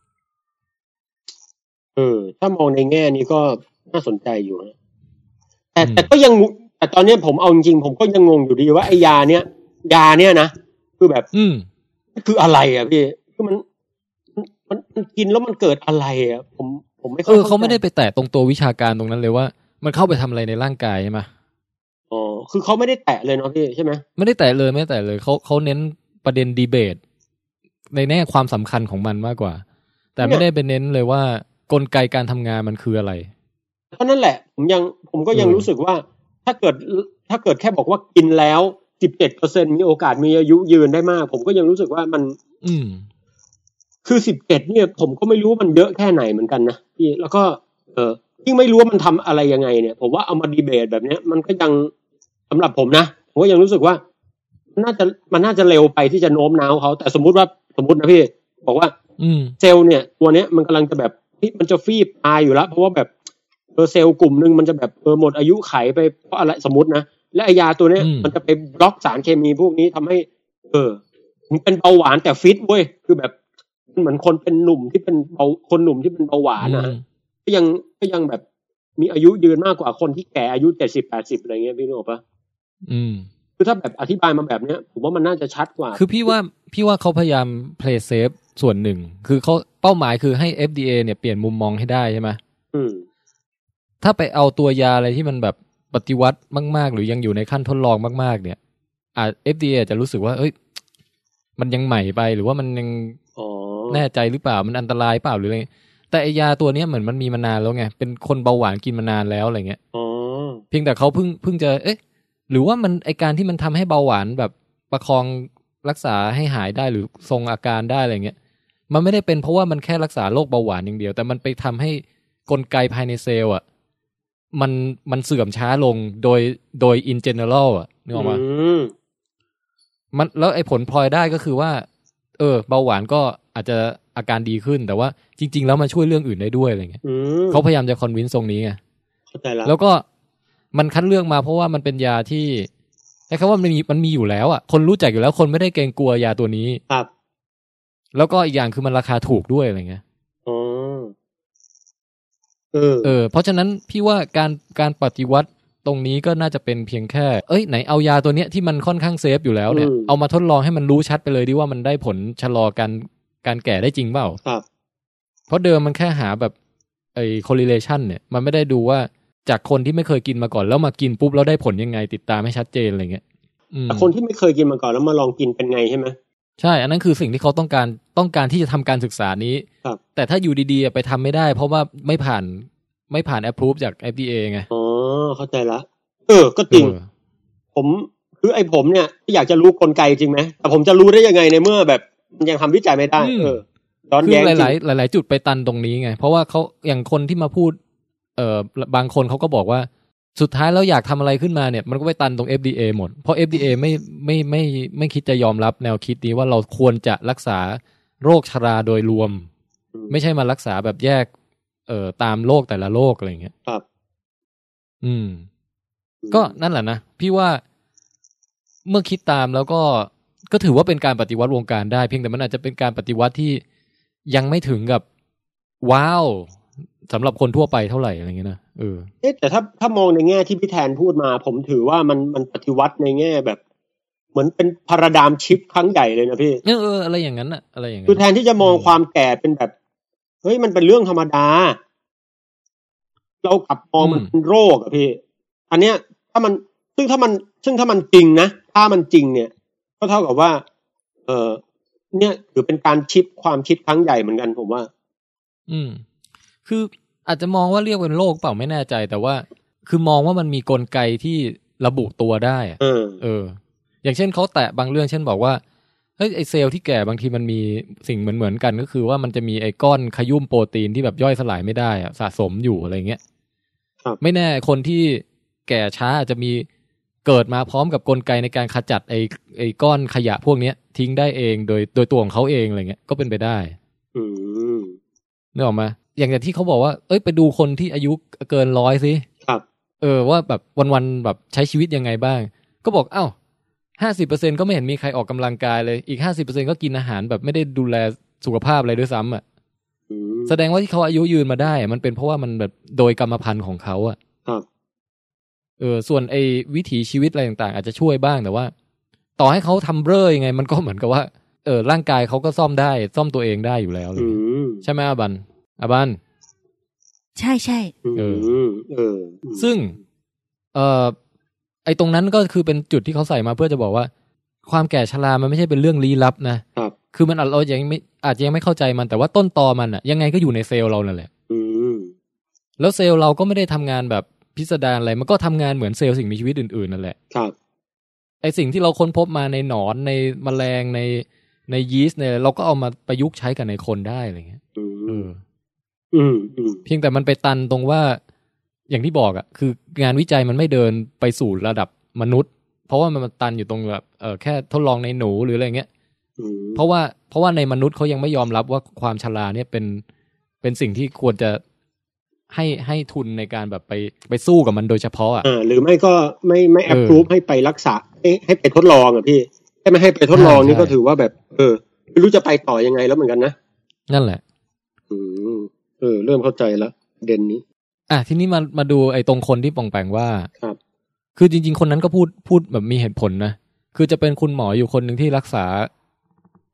เออถ้ามองในแง่นี้ก็น่าสนใจอยู่นะแต่แต่ก็ยังแต่ตอนนี้ผมเอาจริงๆผมก็ยังงงอยู่ดีว่าไอ้ยาเนี้ยยาเนี้ยนะคือแบบอืมคืออะไรอ่ะพี่คือมันมันมันกินแล้วมันเกิดอะไรอ่ะผมผมไม่เข้าใจเออเขาไม่ได้ไปแตะตรงตัววิชาการตรงนั้นเลยว่ามันเข้าไปทำอะไรในร่างกายใช่ไหมอ๋อคือเขาไม่ได้แตะเลยเนาะพี่ใช่ไหมไม่ได้แตะเลยไม่ได้แตะเลยเขาเขาเน้นประเด็นดีเบตในแง่ความสำคัญของมันมากกว่าแต่ไม่ได้ไปเน้นเลยว่ากลไกการทำงานมันคืออะไรเพราะนั่นแหละผมยังผมก็ยังรู้สึกว่าถ้าเกิดถ้าเกิดแค่บอกว่ากินแล้ว สิบเจ็ดเปอร์เซ็นต์ มีโอกาสมีอายุยืนได้มากผมก็ยังรู้สึกว่ามันอืมคือสิบเจ็ดเนี่ยผมก็ไม่รู้มันเยอะแค่ไหนเหมือนกันนะพี่แล้วก็เออยิ่งไม่รู้ว่ามันทำอะไรยังไงเนี่ยผมว่าเอามาดีเบตแบบเนี้ยมันก็ยังสำหรับผมนะผมก็ยังรู้สึกว่ามันน่าจะมันน่าจะเร็วไปที่จะโน้มน้าวเขาแต่สมมุติว่าสมมุตินะพี่บอกว่าเซลล์เนี่ยตัวเนี้ยมันกำลังจะแบบมันจะฟีบตายอยู่แล้วเพราะว่าแบบเออเซลล์กลุ่มนึงมันจะแบบเออหมดอายุไขไปเพราะอะไรสมมตินะและไอยาตัวเนี้ยมันจะไปบล็อกสารเคมีพวกนี้ทำให้เออมันเป็นเบาหวานแต่ฟิตเว้ยคือแบบเหมือนคนเป็นหนุ่มที่เป็นเบาคนหนุ่มที่เป็นเบาหวานนะก็ยังก็ยังแบบมีอายุยืนมากกว่าคนที่แก่อายุเจ็ดสิบแปดสิบอะไรเงี้ยพี่นึกออกปะอืมคือถ้าแบบอธิบายมาแบบเนี้ยผมว่ามันน่าจะชัดกว่าคือพี่ว่าพี่ว่าเขาพยายาม play safe ส่วนหนึ่งคือเขาเป้าหมายคือให้ เอฟ ดี เอ เนี่ยเปลี่ยนมุมมองให้ได้ใช่ไหมอืมถ้าไปเอาตัวยาอะไรที่มันแบบปฏิวัติมากๆหรือยังอยู่ในขั้นทดลองมากๆเนี่ยอ่า เอฟ ดี เอ จะรู้สึกว่าเอ้ยมันยังใหม่ไปหรือว่ามันยังแน่ใจหรือเปล่ามันอันตรายเปล่าหรืออะไรแต่ไอยาตัวนี้เหมือนมันมีมานานแล้วไงเป็นคนเบาหวานกินมานานแล้วอะไรเงี้ยเพียงแต่เขาเพิ่งเพิ่งจะเอ๊ะหรือว่ามันไอการที่มันทำให้เบาหวานแบบประคองรักษาให้หายได้หรือทรงอาการได้อะไรเงี้ยมันไม่ได้เป็นเพราะว่ามันแค่รักษาโรคเบาหวานอย่างเดียวแต่มันไปทำให้กลไกภายในเซลล์อ่ะมันมันเสื่อมช้าลงโดยโดย in general อ่ะนึกออกมั้ยมันแล้วไอ้ผลพลอยได้ก็คือว่าเออเบาหวานก็อาจจะอาการดีขึ้นแต่ว่าจริงๆแล้วมันช่วยเรื่องอื่นได้ด้วยอะไรเงี้ยเขาพยายามจะคอนวินซ์ตรงนี้ไงเข้าใจแล้วแล้วก็มันคัดเลือกมาเพราะว่ามันเป็นยาที่ไอ้คำว่ามันมีมันมีอยู่แล้วอ่ะคนรู้จักอยู่แล้วคนไม่ได้เกรงกลัวยาตัวนี้ครับแล้วก็อีกอย่างคือมันราคาถูกด้วยอะไรเงี้ยอ๋อเออเออเพราะฉะนั้นพี่ว่าการการปฏิวัติตรงนี้ก็น่าจะเป็นเพียงแค่เอ้ยไหนเอายาตัวเนี้ยที่มันค่อนข้างเซฟอยู่แล้วเนี่ยเอามาทดลองให้มันรู้ชัดไปเลยดิว่ามันได้ผลชะลอการการแก่ได้จริงเปล่าครับเพราะเดิมมันแค่หาแบบไอ้ correlation เนี่ยมันไม่ได้ดูว่าจากคนที่ไม่เคยกินมาก่อนแล้วมากินปุ๊บแล้วได้ผลยังไงติดตามให้ชัดเจนอะไรเงี้ยแต่คนที่ไม่เคยกินมาก่อนแล้วมาลองกินเป็นไงใช่ไหมใช่อันนั้นคือสิ่งที่เขาต้องการต้องการที่จะทำการศึกษานี้แต่ถ้าอยู่ดีๆไปทำไม่ได้เพราะว่าไม่ผ่านไม่ผ่าน approve จาก เอฟ ดี เอ ไงอ๋อเข้าใจละเออก็จริงผมคือไอ้ผมเนี่ยอยากจะรู้กลไกจริงไหมแต่ผมจะรู้ได้ยังไงในเมื่อแบบยังทำวิจัยไม่ได้เออย้อนแย้งคือหลายๆหลายๆจุดไปตันตรงนี้ไงเพราะว่าเขาอย่างคนที่มาพูดเอ่อบางคนเขาก็บอกว่าสุดท้ายแล้วอยากทำอะไรขึ้นมาเนี่ยมันก็ไปตันตรง เอฟ ดี เอ หมดเพราะ เอฟ ดี เอ ไม่ไม่ไม่ไม่คิดจะยอมรับแนวคิดนี้ว่าเราควรจะรักษาโรคชราโดยรวมไม่ใช่มารักษาแบบแยกเอ่อตามโรคแต่ละโรคอะไรอย่างเงี้ยครับอืมก็นั่นแหละนะพี่ว่าเมื่อคิดตามแล้วก็ก็ถือว่าเป็นการปฏิวัติวงการได้เพียงแต่มันอาจจะเป็นการปฏิวัติที่ยังไม่ถึงกับว้าวสำหรับคนทั่วไปเท่าไหร่อะไรเงี้ยนะเออเอ๊ะแต่ถ้าถ้ามองในแง่ที่พี่แทนพูดมาผมถือว่ามันมันปฏิวัติในแง่แบบเหมือนเป็นพาราไดม์ชิฟต์ครั้งใหญ่เลยนะพี่เออเอออะไรอย่างนั้นอะอะไรอย่างนั้นคือแทนที่จะมองความแก่เป็นแบบเฮ้ยมันเป็นเรื่องธรรมดาเรากลับมองมันเป็นโรคอะพี่อันเนี้ยถ้ามันซึ่งถ้ามันซึ่งถ้ามันจริงนะถ้ามันจริงเนี่ยก็เท่ากับว่าเออเนี่ยถือเป็นการชิปความคิดครั้งใหญ่เหมือนกันผมว่าอืมคืออาจจะมองว่าเรียกเป็นโรคเปล่าไม่แน่ใจแต่ว่าคือมองว่ามันมีกลไกที่ระบุตัวได้อะเออเอออย่างเช่นเขาแตะบางเรื่องเช่นบอกว่าเฮ้ยไอเซลล์ที่แก่บางทีมันมีสิ่งเหมือนเหมือนกันก็คือว่ามันจะมีไอก้อนขยุ่มโปรตีนที่แบบย่อยสลายไม่ได้อะสะสมอยู่อะไรเงี้ยไม่แน่คนที่แก่ช้าอาจจะมีเกิดมาพร้อมกับกลไกในการขจัดไอไอก้อนขยะพวกเนี้ยทิ้งได้เองโดยโดยตัวของเขาเองอะไรเงี้ยก็เป็นไปได้อืมนึกออกมาอย่างอย่างที่เขาบอกว่าเอ้ยไปดูคนที่อายุเกินร้อยสิครับเออว่าแบบวันๆแบบใช้ชีวิตยังไงบ้างก็บอกเอ้าห้าสิบเปอร์เซ็นต์ก็ไม่เห็นมีใครออกกำลังกายเลยอีก ห้าสิบเปอร์เซ็นต์ ก็กินอาหารแบบไม่ได้ดูแลสุขภาพอะไรด้วยซ้ำอ่ะแสดงว่าที่เขาอายุยืนมาได้มันเป็นเพราะว่ามันแบบโดยกรรมพันธุ์ของเขาอ่ะครับเออส่วนไอ้วิถีชีวิตอะไรต่างๆอาจจะช่วยบ้างแต่ว่าต่อให้เขาทำเบ้อยังไงมันก็เหมือนกับว่าเออร่างกายเขาก็ซ่อมได้ซ่อมตัวเองได้อยู่แล้วเลยใช่ไหมอาบันอาบันใช่ใช่เออเออซึ่งเอ่อไอ้ตรงนั้นก็คือเป็นจุดที่เขาใส่มาเพื่อจะบอกว่าความแก่ชรามันไม่ใช่เป็นเรื่องลี้ลับนะครับคือมันเรายังไม่อาจจะยังไม่เข้าใจมันแต่ว่าต้นตอมันอ่ะยังไงก็อยู่ในเซลล์เรานั่นแหละอืมแล้วเซลล์เราก็ไม่ได้ทำงานแบบพิสดารอะไรมันก็ทำงานเหมือนเซลล์สิ่งมีชีวิตอื่นๆนั่นแหละครับไอ้สิ่งที่เราค้นพบมาในหนอนในแมลงในในยีสต์เนี่ยเราก็เอามาประยุกต์ใช้กับในคนได้อะไรเงี้ยอืมอืมอืมเพียงแต่มันไปตันตรงว่าอย่างที่บอกอ่ะคืองานวิจัยมันไม่เดินไปสู่ระดับมนุษย์เพราะว่ามันตันอยู่ตรงแบบเออแค่ทดลองในหนูหรืออะไรเงี้ยเพราะว่าเพราะว่าในมนุษย์เขายังไม่ยอมรับว่าความชราเนี่ยเป็นเป็นสิ่งที่ควรจะให้ให้ทุนในการแบบไปไปสู้กับมันโดยเฉพาะอ่ะหรือไม่ก็ไม่ไม่แอปพรูฟให้ไปรักษาให้ให้ไปทดลองอ่ะพี่ให้ไม่ให้ไปทดลองนี่ก็ถือว่าแบบเออไม่รู้จะไปต่อยังไงแล้วเหมือนกันนะนั่นแหละอืมเออเริ่มเข้าใจแล้วเด่นนี้อ่ะทีนี้มามาดูไอ้ตรงคนที่ปองแปงว่าครับคือจริงๆคนนั้นก็พูดพูดแบบมีเหตุผลนะคือจะเป็นคุณหมออยู่คนหนึ่งที่รักษา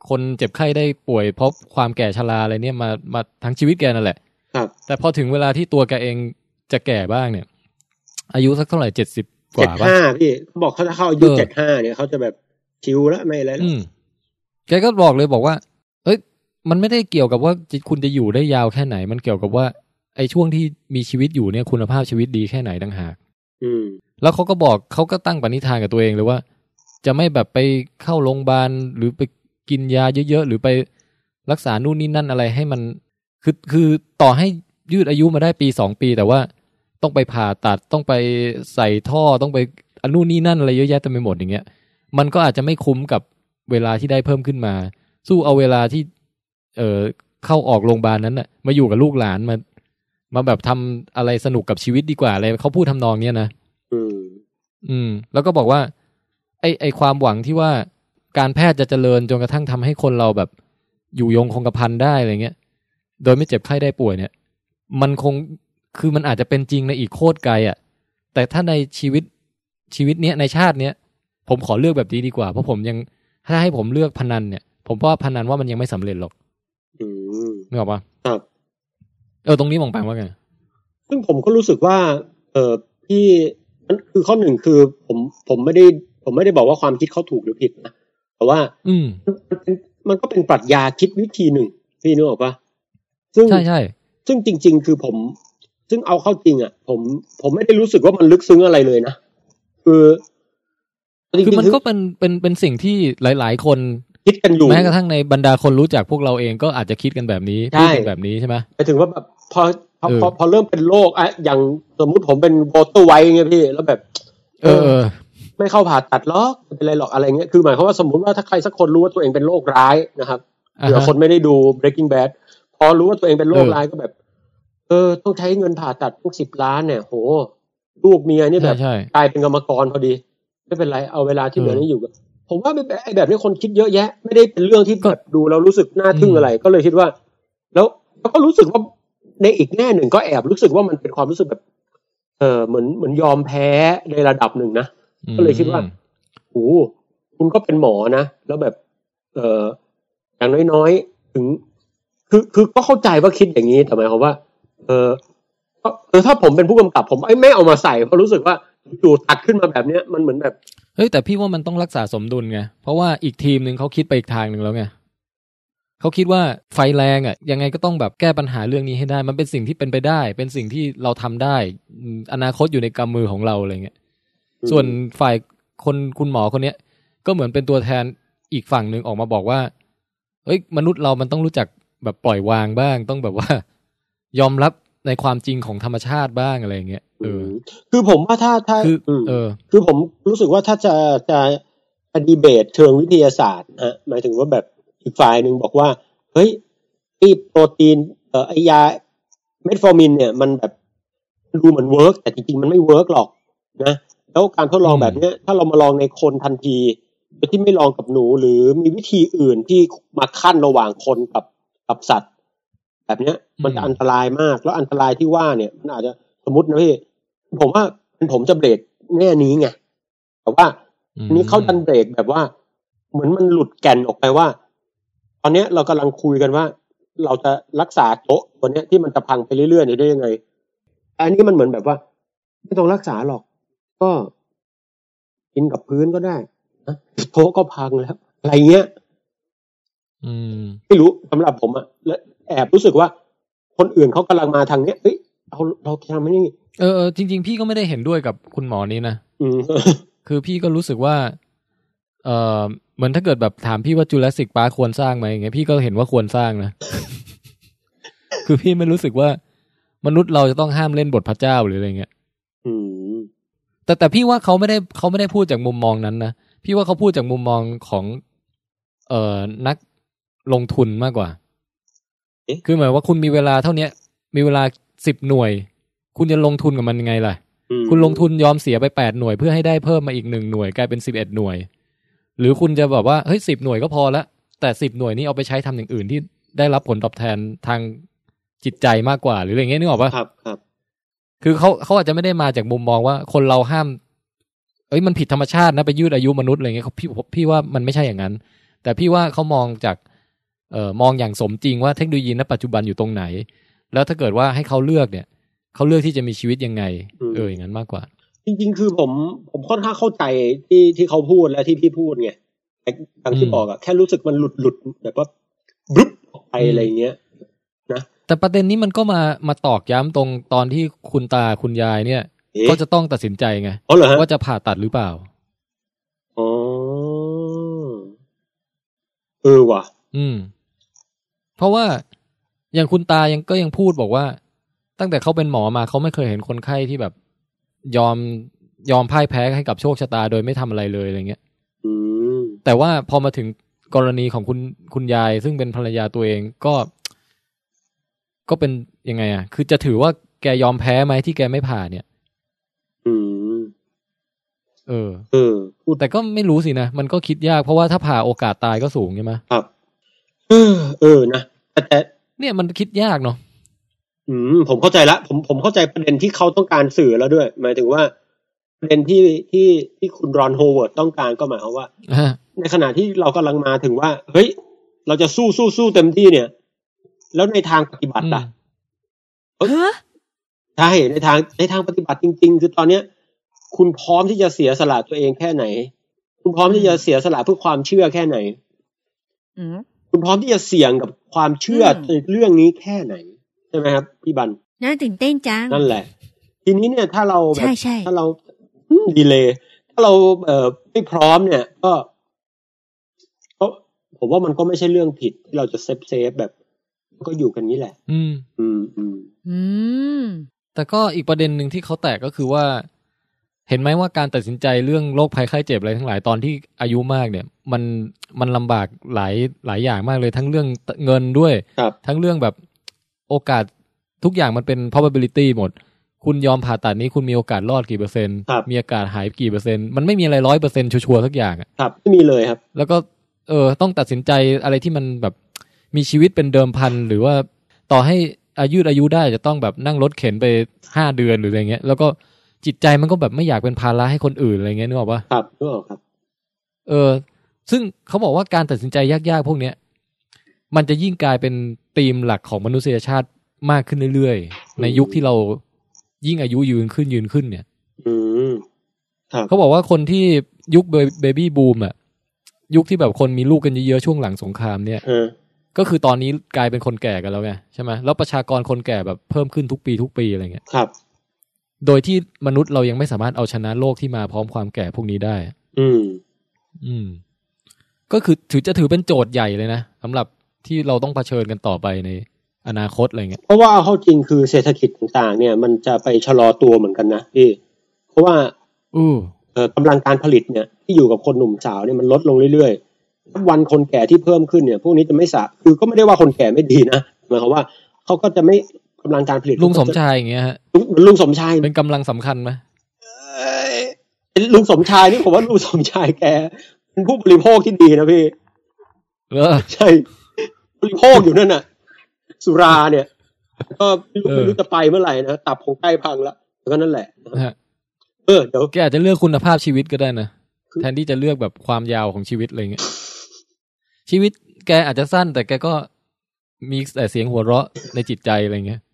คนเจ็บไข้ได้ป่วยเพราะความแก่ชราอะไรเนี่ยมามาทั้งชีวิตแกนั่นแหละครับแต่พอถึงเวลาที่ตัวแกเองจะแก่บ้างเนี่ยอายุสักเท่าไหร่เจ็ดสิบกว่าป่ะเจ็ดสิบห้าพี่เขาบอกเขาจะเข้าอายุเจ็ดสิบห้าเนี่ยเขาจะแบบชิลแล้วไม่อะไรแล้วอืมแกก็บอกเลยบอกว่าเอ้ยมันไม่ได้เกี่ยวกับว่าคุณจะอยู่ได้ยาวแค่ไหนมันเกี่ยวกับว่าไอ้ช่วงที่มีชีวิตอยู่เนี่ยคุณภาพชีวิตดีแค่ไหนต่างหากอืมแล้วเขาก็บอกเขาก็ตั้งปณิธานกับตัวเองเลยว่าจะไม่แบบไปเข้าโรงพยาบาลหรือไปกินยาเยอะๆหรือไปรักษานู่นนี่นั่นอะไรให้มันคือคือต่อให้ยืดอายุมาได้ปีสองปีแต่ว่าต้องไปผ่าตัดต้องไปใส่ท่อต้องไปอนู่นนี่นั่นอะไรเยอะแยะเต็มไปหมดอย่างเงี้ยมันก็อาจจะไม่คุ้มกับเวลาที่ได้เพิ่มขึ้นมาสู้เอาเวลาที่เอ่อเข้าออกโรงพยาบาลนั้นน่ะมาอยู่กับลูกหลานมามาแบบทำอะไรสนุกกับชีวิตดีกว่าอะไรเขาพูดทำนองเนี้ยนะอืมอืมแล้วก็บอกว่าไอไอความหวังที่ว่าการแพทย์จะเจริญจนกระทั่งทำให้คนเราแบบอยู่ยงคงกระพันได้อะไรเงี้ยโดยไม่เจ็บไข้ได้ป่วยเนี่ยมันคงคือมันอาจจะเป็นจริงในอีกโคตรไกลอ่ะแต่ถ้าในชีวิตชีวิตเนี้ยในชาติเนี้ยผมขอเลือกแบบนี้ดีกว่าเพราะผมยังถ้าให้ผมเลือกพนันเนี่ยผมว่าพนันว่ามันยังไม่สำเร็จหรอกอืมนึกออกปะครับเออตรงนี้มองแปลว่าไงซึ่งผมก็รู้สึกว่าเออพี่มันคือข้อหนึ่งคือผมผมไม่ได้ผมไม่ได้บอกว่าความคิดเขาถูกหรือผิดนะแต่ว่าอืมมันเป็นมันก็เป็นปรัชญาคิดวิธีหนึ่งพี่นึกออกปะซึ่งใช่ใช่ซึ่งจริงๆคือผมซึ่งเอาเข้าจริงอ่ะผมผมไม่ได้รู้สึกว่ามันลึกซึ้งอะไรเลยนะคือคือมันก็เป็นเป็นเป็นสิ่งที่หลายๆคนคิดกันอยู่แม้กระทั่งในบรรดาคนรู้จักพวกเราเองก็อาจจะคิดกันแบบนี้พูดกันแบบนี้ใช่ไหมหมายถึงว่าแบบพอพอพอพอเริ่มเป็นโรคอะอย่างสมมุติผมเป็นวอเตอร์ไวท์ไงพี่แล้วแบบเออไม่เข้าผ่าตัดหรอกไม่เป็นไรหรอกอะไรเงี้ยคือหมายความว่าสมมุติว่าถ้าใครสักคนรู้ว่าตัวเองเป็นโรคร้ายนะครับเผื่อคนไม่ได้ดู Breaking Bad พอรู้ว่าตัวเองเป็นโรคร้ายก็แบบเออต้องใช้เงินผ่าตัดพวกสิบล้านเนี่ยโหลูกเมียนี่แบบกลายเป็นกรรมกรพอดีไม่เป็นไรเอาเวลาที่เหลือนี้อยู่กับผมว่าไอ้แบบนี้คนคิดเยอะแยะไม่ได้เป็นเรื่องที่แบบดูแล้วรู้สึกน่าทึ่งอะไรก็เลยคิดว่าแล้วก็รู้สึกว่าในอีกแง่หนึ่งก็แอบรู้สึกว่ามันเป็นความรู้สึกแบบเออเหมือนเหมือนยอมแพ้ในระดับหนึ่งนะก็เลยคิดว่าโอ้คุณก็เป็นหมอนะแล้วแบบเอออย่างน้อยๆถึงคือคือก็เข้าใจว่าคิดอย่างนี้แต่หมายความว่าเออเออถ้าผมเป็นผู้กำกับผมไม่เอามาใส่เพราะรู้สึกว่าจู่ตัดขึ้นมาแบบเนี้ยมันเหมือนแบบเฮ้ยแต่พี่ว่ามันต้องรักษาสมดุลไงเพราะว่าอีกทีมนึงเขาคิดไปอีกทางนึงแล้วไงเขาคิดว่าไฟแรงอ่ะยังไงก็ต้องแบบแก้ปัญหาเรื่องนี้ให้ได้มันเป็นสิ่งที่เป็นไปได้เป็นสิ่งที่เราทำได้อนาคตอยู่ในกำมือของเราอะไรเงี้ยส่วนฝ่ายคนคุณหมอคนเนี้ยก็เหมือนเป็นตัวแทนอีกฝั่งนึงออกมาบอกว่าเอ้ยมนุษย์เรามันต้องรู้จักแบบปล่อยวางบ้างต้องแบบว่ายอมรับในความจริงของธรรมชาติบ้างอะไรเงี้ยเออคือผมว่าถ้าถ้าคือเออคือผมรู้สึกว่าถ้าจะจะดีเบตเชิงวิทยาศาสตร์ฮะหมายถึงว่าแบบอีกฝ่ายหนึ่งบอกว่าเฮ้ยไอ้โปรตีนเอ่อไอ้ยาเมทฟอร์มินเนี่ยมันแบบดูเหมือนเวิร์กแต่จริงๆมันไม่เวิร์กหรอกนะแล้วการทดลองแบบนี้ถ้าเรามาลองในคนทันทีโดยที่ไม่ลองกับหนูหรือมีวิธีอื่นที่มาขั้นระหว่างคนกับกับสัตว์แบบเนี้ยมันจะอันตรายมากแล้วอันตรายที่ว่าเนี่ยมันอาจจะสมมตินะพี่ผมว่าเป็นผมจะเบรกแน่นี้ไงแต่ว่านี้เขาดันเบรกแบบว่าเหมือนมันหลุดแก่นออกไปว่าตอนนี้เรากำลังคุยกันว่าเราจะรักษาโต๊ะตัวเนี้ยที่มันจะพังไปเรื่อยๆได้ยังไงอันนี้มันเหมือนแบบว่าไม่ต้องรักษาหรอกก็กินกับพื้นก็ได้นะโต๊ะก็พังแล้วอะไรเงี้ยอืมไม่รู้สำหรับผมอะและแอบรู้สึกว่าคนอื่นเขากำลังมาทางเนี้ยเฮ้ยเราเราทำไม่ได้เออจริงๆพี่ก็ไม่ได้เห็นด้วยกับคุณหมอนี้นะอืมคือพี่ก็รู้สึกว่าเออเหมือนถ้าเกิดแบบถามพี่ว่าจูราสสิคพาร์คควรสร้างไหมอย่างเงี้ยพี่ก็เห็นว่าควรสร้างนะ คือพี่ไม่รู้สึกว่ามนุษย์เราจะต้องห้ามเล่นบทพระเจ้าหรืออะไรเงี้ยอืมแต่แต่พี่ว่าเขาไม่ได้เขาไม่ได้พูดจากมุมมองนั้นนะพี่ว่าเขาพูดจากมุมมองของเอ่อนักลงทุนมากกว่าคือหมายว่าคุณมีเวลาเท่านี้มีเวลาสิบหน่วยคุณจะลงทุนกับมันยังไงล่ะคุณลงทุนยอมเสียไปแปดหน่วยเพื่อให้ได้เพิ่มมาอีกหนึ่งหน่วยกลายเป็นสิบเอ็ดหน่วยหรือคุณจะแบบว่าเฮ้ยสิบหน่วยก็พอละแต่สิบหน่วยนี้เอาไปใช้ทำอย่างอื่นที่ได้รับผลตอบแทนทางจิตใจมากกว่าหรืออะไรเงี้ยนึกออกป่ะครับครับคือเขาเขาอาจจะไม่ได้มาจากมุมมองว่าคนเราห้ามเอ้ยมันผิดธรรมชาตินะไปยืดอายุมนุษย์อะไรเงี้ยพี่พี่ว่ามันไม่ใช่อย่างนั้นแต่พี่ว่าเขามองจากเอ่อมองอย่างสมจริงว่าเทคโนโลยีณปัจจุบันอยู่ตรงไหนแล้วถ้าเกิดว่าให้เขาเลือกเนี่ยเขาเลือกที่จะมีชีวิตยังไงเอออย่างนั้นมากกว่าจริงๆคือผมผมค่อนข้างเข้าใจที่ที่เขาพูดและที่พี่พูดไงอย่างที่บอกอะแค่รู้สึกมันหลุดหลุดแบบว่าบลุ๊บออกไปอะไรเงี้ยนะแต่ประเด็นนี้มันก็มามาตอกย้ำตรงตอนที่คุณตาคุณยายเนี่ยก็จะต้องตัดสินใจไงว่าจะผ่าตัดหรือเปล่าอ๋อเออว่ะอืมเพราะว่าอย่างคุณตายังก็ยังพูดบอกว่าตั้งแต่เขาเป็นหมอมาเขาไม่เคยเห็นคนไข้ที่แบบยอมยอมพ่ายแพ้ให้กับโชคชะตาโดยไม่ทำอะไรเลยอะไรเงี้ยอืมแต่ว่าพอมาถึงกรณีของคุณคุณยายซึ่งเป็นภรรยาตัวเองก็ก็เป็นยังไงอ่ะคือจะถือว่าแกยอมแพ้ไหมที่แกไม่ผ่าเนี่ยอืมเออเออแต่ก็ไม่รู้สินะมันก็คิดยากเพราะว่าถ้าผ่าโอกาสตายก็สูงใช่ไหมครับเออเออนะแต่เนี่ยมันคิดยากเนาะอืมผมเข้าใจละผมผมเข้าใจประเด็นที่เขาต้องการสื่อแล้วด้วยหมายถึงว่าประเด็นที่ที่ที่คุณรอนโฮเวิร์ดต้องการก็หมายความว่าในขณะที่เรากำลังมาถึงว่าเฮ้ยเราจะสู้สู้สู้เต็มที่เนี่ยแล้วในทางปฏิบัติล่ะใช่ในทางในทางปฏิบัติจริงๆคือตอนเนี้ยคุณพร้อมที่จะเสียสละตัวเองแค่ไหนคุณพร้อมที่จะเสียสละเพื่อความเชื่อแค่ไหนคุณพร้อมที่จะเสี่ยงกับความเชื่อในเรื่องนี้แค่ไหนใช่ไหมครับพี่บันน่าตื่นเต้นจังนั่นแหละทีนี้เนี่ยถ้าเราแบบถ้าเราดีเลย์ถ้าเราเอ่อไม่พร้อมเนี่ยก็ก็ผมว่ามันก็ไม่ใช่เรื่องผิดที่เราจะเซฟเซฟแบบก็อยู่กันนี้แหละอืมอืมอืมอืมแต่ก็อีกประเด็นหนึ่งที่เขาแตกก็คือว่าเห็นไหมว่าการตัดสินใจเรื่องโรคภัยไข้เจ็บอะไรทั้งหลายตอนที่อายุมากเนี่ยมันมันลำบากหลายหลายอย่างมากเลยทั้งเรื่องเงินด้วยทั้งเรื่องแบบโอกาสทุกอย่างมันเป็น probability หมดคุณยอมผ่าตัดนี้คุณมีโอกาสรอดกี่เปอร์เซ็นต์มีโอกาสหายกี่เปอร์เซ็นต์มันไม่มีอะไร ร้อยเปอร์เซ็นต์ ชัวร์ๆสักอย่างอ่ะครับไม่มีเลยครับแล้วก็เออต้องตัดสินใจอะไรที่มันแบบมีชีวิตเป็นเดิมพันหรือว่าต่อให้อายุอายุได้จะต้องแบบนั่งรถเข็นไปห้าเดือนหรืออะไรเงี้ยแล้วก็จิตใจมันก็แบบไม่อยากเป็นภาระให้คนอื่นอะไรเงี้ยนึกออกปะครับนึกออกครับเออซึ่งเขาบอกว่าการตัดสินใจยากๆพวกเนี้ยมันจะยิ่งกลายเป็นธีมหลักของมนุษยชาติมากขึ้นเรื่อยๆในยุคที่เรายิ่งอายุยืนขึ้นยืนขึ้นเนี่ยอืมครับเขาบอกว่าคนที่ยุคเบบี้บูมอ่ะยุคที่แบบคนมีลูกกันเยอะๆช่วงหลังสงครามเนี่ยก็คือตอนนี้กลายเป็นคนแก่กันแล้วไงใช่ไหมแล้วประชากรคนแก่แบบเพิ่มขึ้นทุกปีทุกปีอะไรเงี้ยครับโดยที่มนุษย์เรายังไม่สามารถเอาชนะโลกที่มาพร้อมความแก่พวกนี้ได้อืมอืมก็คือถือจะถือเป็นโจทย์ใหญ่เลยนะสำหรับที่เราต้องเผชิญกันต่อไปในอนาคตอะไรเงี้ยเพราะว่าเอาเข้าจริงคือเศรษฐกิจต่างๆเนี่ยมันจะไปชะลอตัวเหมือนกันนะพี่เพราะว่าอือเอ่อกำลังการผลิตเนี่ยที่อยู่กับคนหนุ่มสาวเนี่ยมันลดลงเรื่อยๆวันคนแก่ที่เพิ่มขึ้นเนี่ยพวกนี้จะไม่สะคือก็ไม่ได้ว่าคนแก่ไม่ดีนะหมายความว่าเขาก็จะไม่กำลังการผลิตลุงสมชายอย่างเงี้ยฮะลุงสมชายเป็นกำลังสำคัญไหมลุงสมชายนี่ผมว่าลุงสมชายแกเป็นผู้บริโภคที่ดีนะพี่เออใช่บริโภคอยู่นั่นน่ะสุราเนี่ยก็ไม่รู้จะไปเมื่อไหร่นะตับของใกล้พังแล้วก็นั่นแหละเออเดี๋ยวแกอาจจะเลือกคุณภาพชีวิตก็ได้นะแทนที่จะเลือกแบบความยาวของชีวิตอะไรเงี้ยชีวิตแกอาจจะสั้นแต่แกก็มีแต่เสียงหัวเราะในจิตใจอะไรเงี้ย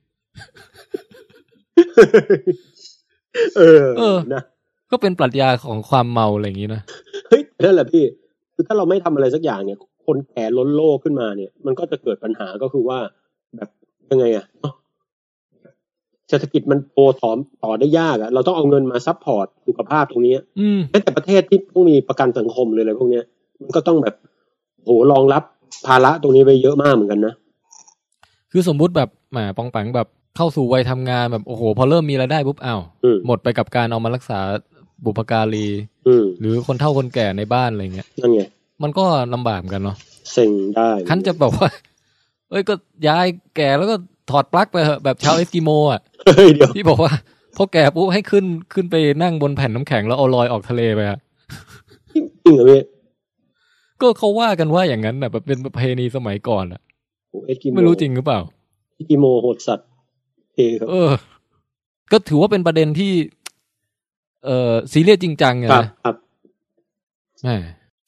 เออเออนะก็เป็นปรัชญาของความเมาอะไรอย่างงี้นะเฮ้ยนั่นแหละพี่คือถ้าเราไม่ทำอะไรสักอย่างเนี่ยคนแก่ล้นโลกขึ้นมาเนี่ยมันก็จะเกิดปัญหาก็คือว่าแบบยังไงอ่ะเศรษฐกิจมันโตถอมต่อได้ยากอ่ะเราต้องเอาเงินมาซัพพอร์ตสุขภาพตรงนี้แม้แต่ประเทศที่ต้องมีประกันสังคมเลยอะไรพวกเนี้ยมันก็ต้องแบบโหรองรับภาระตรงนี้ไปเยอะมากเหมือนกันนะคือสมมุติแบบแหมปองแปงแบบเข้าสู่วัยทำงานแบบโอ้โหพอเริ่มมีรายได้ปุ๊บอ้าวหมดไปกับการเอามารักษาบุพการีหรือคนเฒ่าคนแก่ในบ้านอะไรเงี้ยนั่นไงมันก็ลำบากเหมือนกันเนาะเซ็งได้คันจะบอกว่าเอ้ยก็ย้ายแก่แล้วก็ถอดปลั๊กไปเหอะแบบชาวเอสกิโมอ่ะเดี๋ยวที่บอกว่าพอแก่ปุ๊บให้ขึ้นขึ้นไปนั่งบนแผ่นน้ำแข็งแล้วเอาลอยออกทะเลไปอ่ะจริงเหรอพี่ก็เขาว่ากันว่าอย่างนั้นน่ะแบบเป็นประเพณีสมัยก่อนอ่ะไม่รู้จริงหรือเปล่าเอสกิโมโหดสัตว์เออก็ถือว่าเป็นประเด็นที่เอ่อซีเรียสจริงจังไงครับครับแหม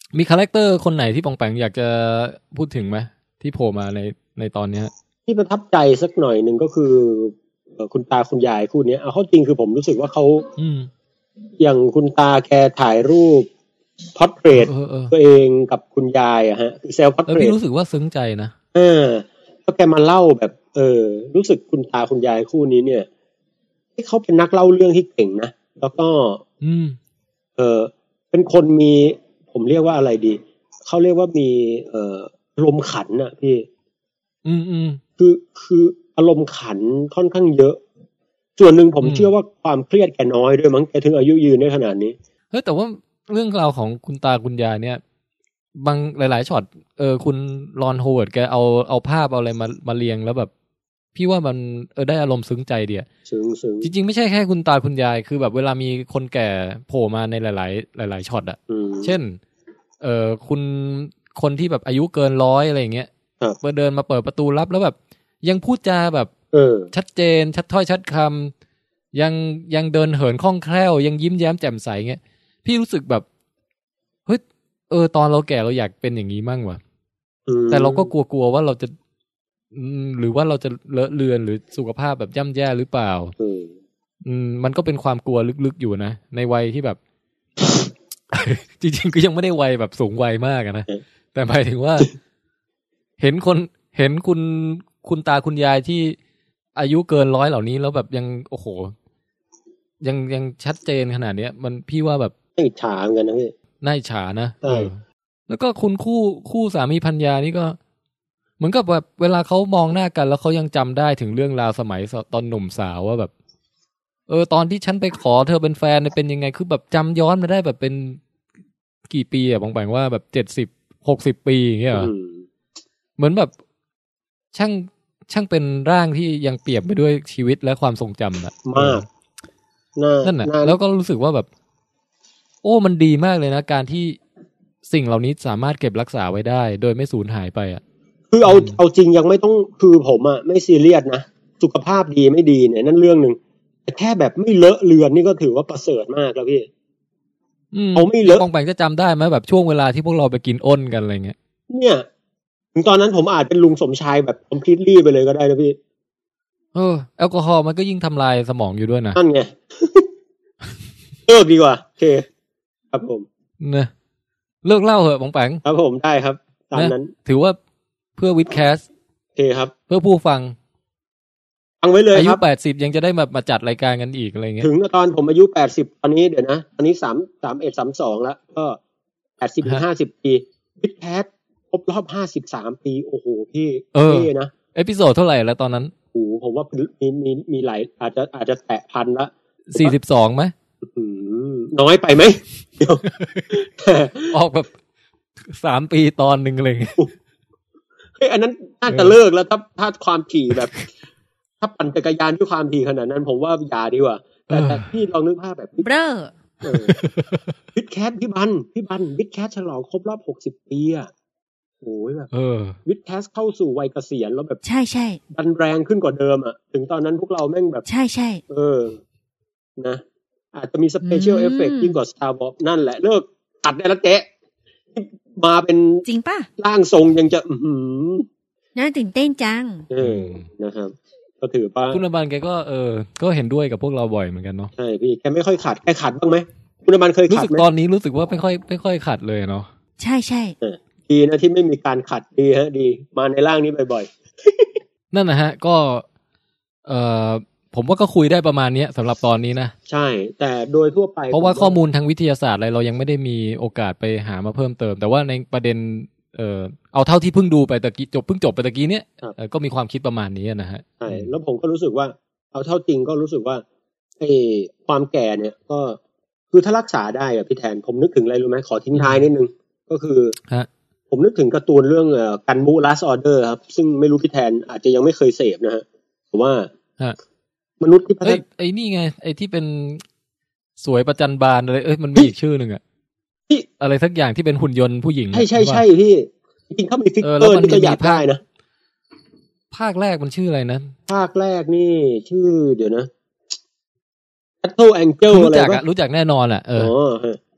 มีคาแรคเตอร์คนไหนที่ปองแปงอยากจะพูดถึงไหมที่โผล่มาในในตอนนี้ที่ประทับใจสักหน่อยหนึ่งก็คือคุณตาคุณยายคู่นี้เอาเข้าจริงคือผมรู้สึกว่าเขาอย่างคุณตาแกถ่ายรูปพอร์เทรตตัวเองกับคุณยายอะฮะเซลฟ์พอร์เทรตพี่รู้สึกว่าซึ้งใจนะเออแล้วแกมาเล่าแบบเออรู้สึกคุณตาคุณยายคู่นี้เนี่ยที่เขาเป็นนักเล่าเรื่องที่เก่งนะแล้วก็อืมเออเป็นคนมีผมเรียกว่าอะไรดีเขาเรียกว่ามีเอ่ออารมณ์ขันน่ะพี่อืมอืมคือคืออารมณ์ขันค่อนข้างเยอะส่วนหนึ่งผมเชื่อว่าความเครียดแกน้อยด้วยมั้งแกถึงอายุยืนได้ขนาดนี้เฮ้ยแต่ว่าเรื่องราวของคุณตาคุณยายเนี่ยบางหลายๆช็อตเออคุณรอนโฮเวิร์ดแกเอาเอาภาพเอาอะไรมามาเรียงแล้วแบบพี่ว่ามันเออได้อารมณ์ซึ้งใจเดียซึ้งซึ้งจริงๆไม่ใช่แค่คุณตาคุณยายคือแบบเวลามีคนแก่โผล่มาในหลายๆหลายๆช็อตอ่ะเช่นเออคุณคนที่แบบอายุเกินร้อยอะไรอย่างเงี้ยมาเดินมาเปิดประตูรับแล้วแบบยังพูดจาแบบชัดเจนชัดถ้อยชัดคำยังยังเดินเหินคล่องแคล่วยังยิ้มแย้มแจ่มใสเงี้ยพี่รู้สึกแบบเฮ้ยเออตอนเราแก่เราอยากเป็นอย่างนี้มั่งว่ะแต่เราก็กลัวๆว่าเราจะหรือว่าเราจะเลอะเลือนหรือสุขภาพแบบย่ำแย่หรือเปล่าอืมมันก็เป็นความกลัวลึกๆอยู่นะในวัยที่แบบ จริงๆก็ยังไม่ได้วัยแบบสูงวัยมากนะแต่หมายถึงว่าเห็นคนเห็นคุณคุณตาคุณยายที่อายุเกินร้อยเหล่านี้แล้วแบบยังโอ้โหยังยังชัดเจนขนาดเนี้ยมันพี่ว่าแบบน่าอิจฉาเหมือนกันนะพี่น่าอิจฉานะเออแล้วก็คุณคู่คู่สามีภรรยานี่ก็เหมือนกับแบบเวลาเขามองหน้ากันแล้วเขายังจำได้ถึงเรื่องราวสมัยตอนหนุ่มสาวว่าแบบเออตอนที่ฉันไปขอเธอเป็นแฟนเป็นยังไงคือแบบจำย้อนมาได้แบบเป็นกี่ปีอะบางแปลงว่าแบบเจ็ดสิบหกสิบปีอย่างเงี้ยเหมือนแบบช่างช่างเป็นร่างที่ยังเปี่ยมไปด้วยชีวิตและความทรงจำอะมากนั่นน่ะแล้วก็รู้สึกว่าแบบโอ้มันดีมากเลยนะการที่สิ่งเหล่านี้สามารถเก็บรักษาไว้ได้โดยไม่สูญหายไปอ่ะคือเอาเอาจริงยังไม่ต้องคือผมอ่ะไม่ซีเรียสนะสุขภาพดีไม่ดีเนี่ยนั่นเรื่องนึงแต่แค่แบบไม่เลอะเลือนนี่ก็ถือว่าประเสริฐมากแล้วพี่เอาไม่เลอะปองแปงจะจำได้ไหมแบบช่วงเวลาที่พวกเราไปกินอ้นกันอะไรเงี้ยเนี่ยถึงตอนนั้นผมอาจเป็นลุงสมชายแบบคอมพลีทลี่ไปเลยก็ได้นะพี่เออแอลกอฮอล์มันก็ยิ่งทำลายสมองอยู่ด้วยนะนั่นไงเลิกดีกว่าโอเคครับผมนะเลิกเล่าเหอะปองแปงครับผมได้ครับตามนั้นถือว่าเพื่อวิดแคสโอเคครับเพื่อผู้ฟังฟังไว้เลยครับอายุแปดสิบยังจะได้มามาจัดรายการกันอีกอะไรเงี้ยถึงตอนผมอายุแปดสิบตอนนี้เดี๋ยวนะตอนนี้สาม สามสิบเอ็ด สามสิบสองแล้วก็แปดสิบถึงห้าสิบปีวิดแคสครบรอบห้าสิบสามปีโอ้โหพี่เออนะเอพิโซดเท่าไหร่แล้วตอนนั้นโอ้ผมว่ามีมีมีหลายอาจจะอาจจะแตะพันละสี่สิบสองมั้ยอืมน้อยไปมั้ยเดี๋ยวออกแบบสามปีตอนนึงเลยเฮ้ยอันนั้นน่าจะเลิกแล้วถ้าถ้าความถี่แบบถ้าปั่นจักรยานด้วยความถี่ขนาดนั้นผมว่าอย่าดีกว่าแต่แต่พี่ลองนึกภาพแบบเบ้อวิดแคสพี่บันพี่บันวิดแคสฉลองครบรอบหกสิบปีอ่ะโอ้ยแบบวิดแคสเข้าสู่วัยเกษียณแล้วแบบใช่ๆดันแรงขึ้นกว่าเดิมอ่ะถึงตอนนั้นพวกเราแม่งแบบใช่ๆเออนะอาจจะมีสเปเชียลเอฟเฟคต์ยิ่งกว่า Star Wars นั่นแหละเลิกตัดได้แล้วเจ๊มาเป็นจริงป่ะร่างทรงยังจะอื้อหือน่าตื่นเต้นจังเออนะครับก็ถือป่ะคุณอบันแกก็เออก็เห็นด้วยกับพวกเราบ่อยเหมือนกันเนาะใช่พี่แกไม่ค่อยขัดแกขัดบ้างไหมคุณอบันเคยขัดมั้ยรู้สึกตอนนี้รู้สึกว่าไม่ค่อยไม่ค่อยขัดเลยเนาะใช่ๆเออดีนะที่ไม่มีการขัดดีฮะดีมาในร่างนี้บ่อยๆนั่นนะฮะก็เอ่อผมว่าก็คุยได้ประมาณนี้สำหรับตอนนี้นะใช่แต่โดยทั่วไปเพราะว่าข้อมูลทางวิทยาศาสตร์อะไรเรายังไม่ได้มีโอกาสไปหามาเพิ่มเติมแต่ว่าในประเด็นเอ่อเอาเท่าที่เพิ่งดูไปตะกี้จบเพิ่งจบไปตะกี้เนี้ยก็มีความคิดประมาณนี้นะฮะใช่แล้วผมก็รู้สึกว่าเอาเท่าจริงก็รู้สึกว่าไอ้ความแก่เนี่ยก็คือถ้ารักษาได้อ่ะพี่แทนผมนึกถึงอะไรรู้ไหมขอทิ้งท้ายนิดนึงก็คือผมนึกถึงการ์ตูนเรื่องเอ่อกันมูลัสออเดอร์ครับซึ่งไม่รู้พี่แทนอาจจะยังไม่เคยเสพนะฮะผมว่ามนุษย์ที่พัฒนาไอ้นี่ไงไอ้ที่เป็นสวยประจันบานอะไรเอ้ยมันมีอีกชื่อหนึ่งอะอะไรสักอย่างที่เป็นหุ่นยนต์ผู้หญิงใช่ใช่ใช่พี่จริงๆเขามีฟิกเกอร์ที่ก็อยากได้นะภาคแรกมันชื่ออะไรนะภาคแรกนี่ชื่อเดี๋ยวนะ Battle Angel อะไรรู้จักอะรู้จักแน่นอนอะเออ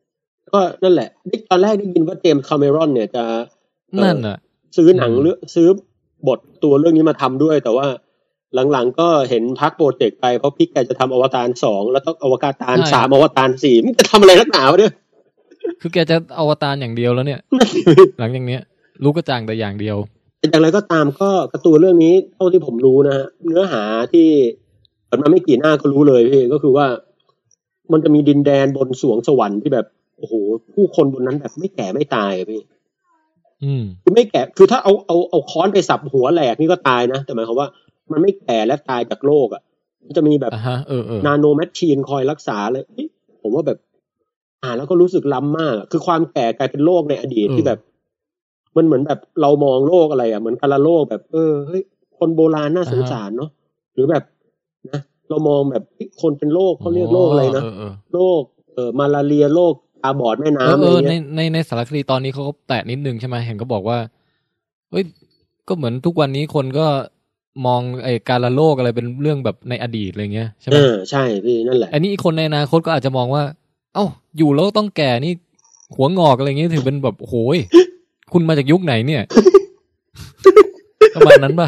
ก็นั่นแหละตอนแรกได้ยินว่าเจมส์คาเมรอนเนี่ยจะนั่นน่ะซื้อหนังเรื่องซื้อบทตัวเรื่องนี้มาทำด้วยแต่ว่าหลังๆก็เห็นพักโปรเจกต์ไปเพราะพี่แกจะทำอวตารสองแล้วต้องอวตารสามอวตารสี่มันจะทำอะไรนักหนาวะเนี่ยคือแกจะอวตารอย่างเดียวแล้วเนี่ยหลังอย่างเนี้ยรู้กระจ่างแต่อย่างเดียวแต่อย่างไรก็ตามก็การ์ตูนเรื่องนี้เท่าที่ผมรู้นะฮะเนื้อหาที่เปิดมาไม่กี่หน้าก็รู้เลยพี่ก็คือว่ามันจะมีดินแดนบนสวงสวรรค์ที่แบบโอ้โหผู้คนบนนั้นแบบไม่แก่ไม่ตายพี่อืมคือไม่แก่คือถ้าเอาเอาเอาค้อนไปสับหัวแหลกนี่ก็ตายนะแต่หมายความว่ามันไม่แก่และตายจากโรคอ่ะมันจะมีแบบนาโนแมชชีนคอยรักษาเลยผมว่าแบบอ่านแล้วก็รู้สึกล้ำมากคือความแก่กลายเป็นโรคในอดีตที่แบบมันเหมือนแบบเรามองโรคอะไรอ่ะเหมือนกาฬโรคแบบเออเฮ้ยคนโบราณน่าสงสารเนาะหรือแบบนะเรามองแบบคนเป็นโรคเขาเรียกโรคอะไรนะโรคเอ่อมาลาเรียโรคตาบอดแม่น้ำอะไรเงี้ยในในในสารคดีตอนนี้เขาก็แตะนิดนึงใช่ไหมเห็นก็บอกว่าเฮ้ยก็เหมือนทุกวันนี้คนก็มองไอ้กาฬโรคอะไรเป็นเรื่องแบบในอดีตอะไรเงี้ยใช่ไหมเออใช่พี่นั่นแหละอันนี้คนในอนาคตก็อาจจะมองว่าเอ้าอยู่แล้วต้องแก่นี่หัวงอกอะไรเงี้ยถือเป็นแบบโหยคุณมาจากยุคไหนเนี่ยประมาณนั้นป่ะ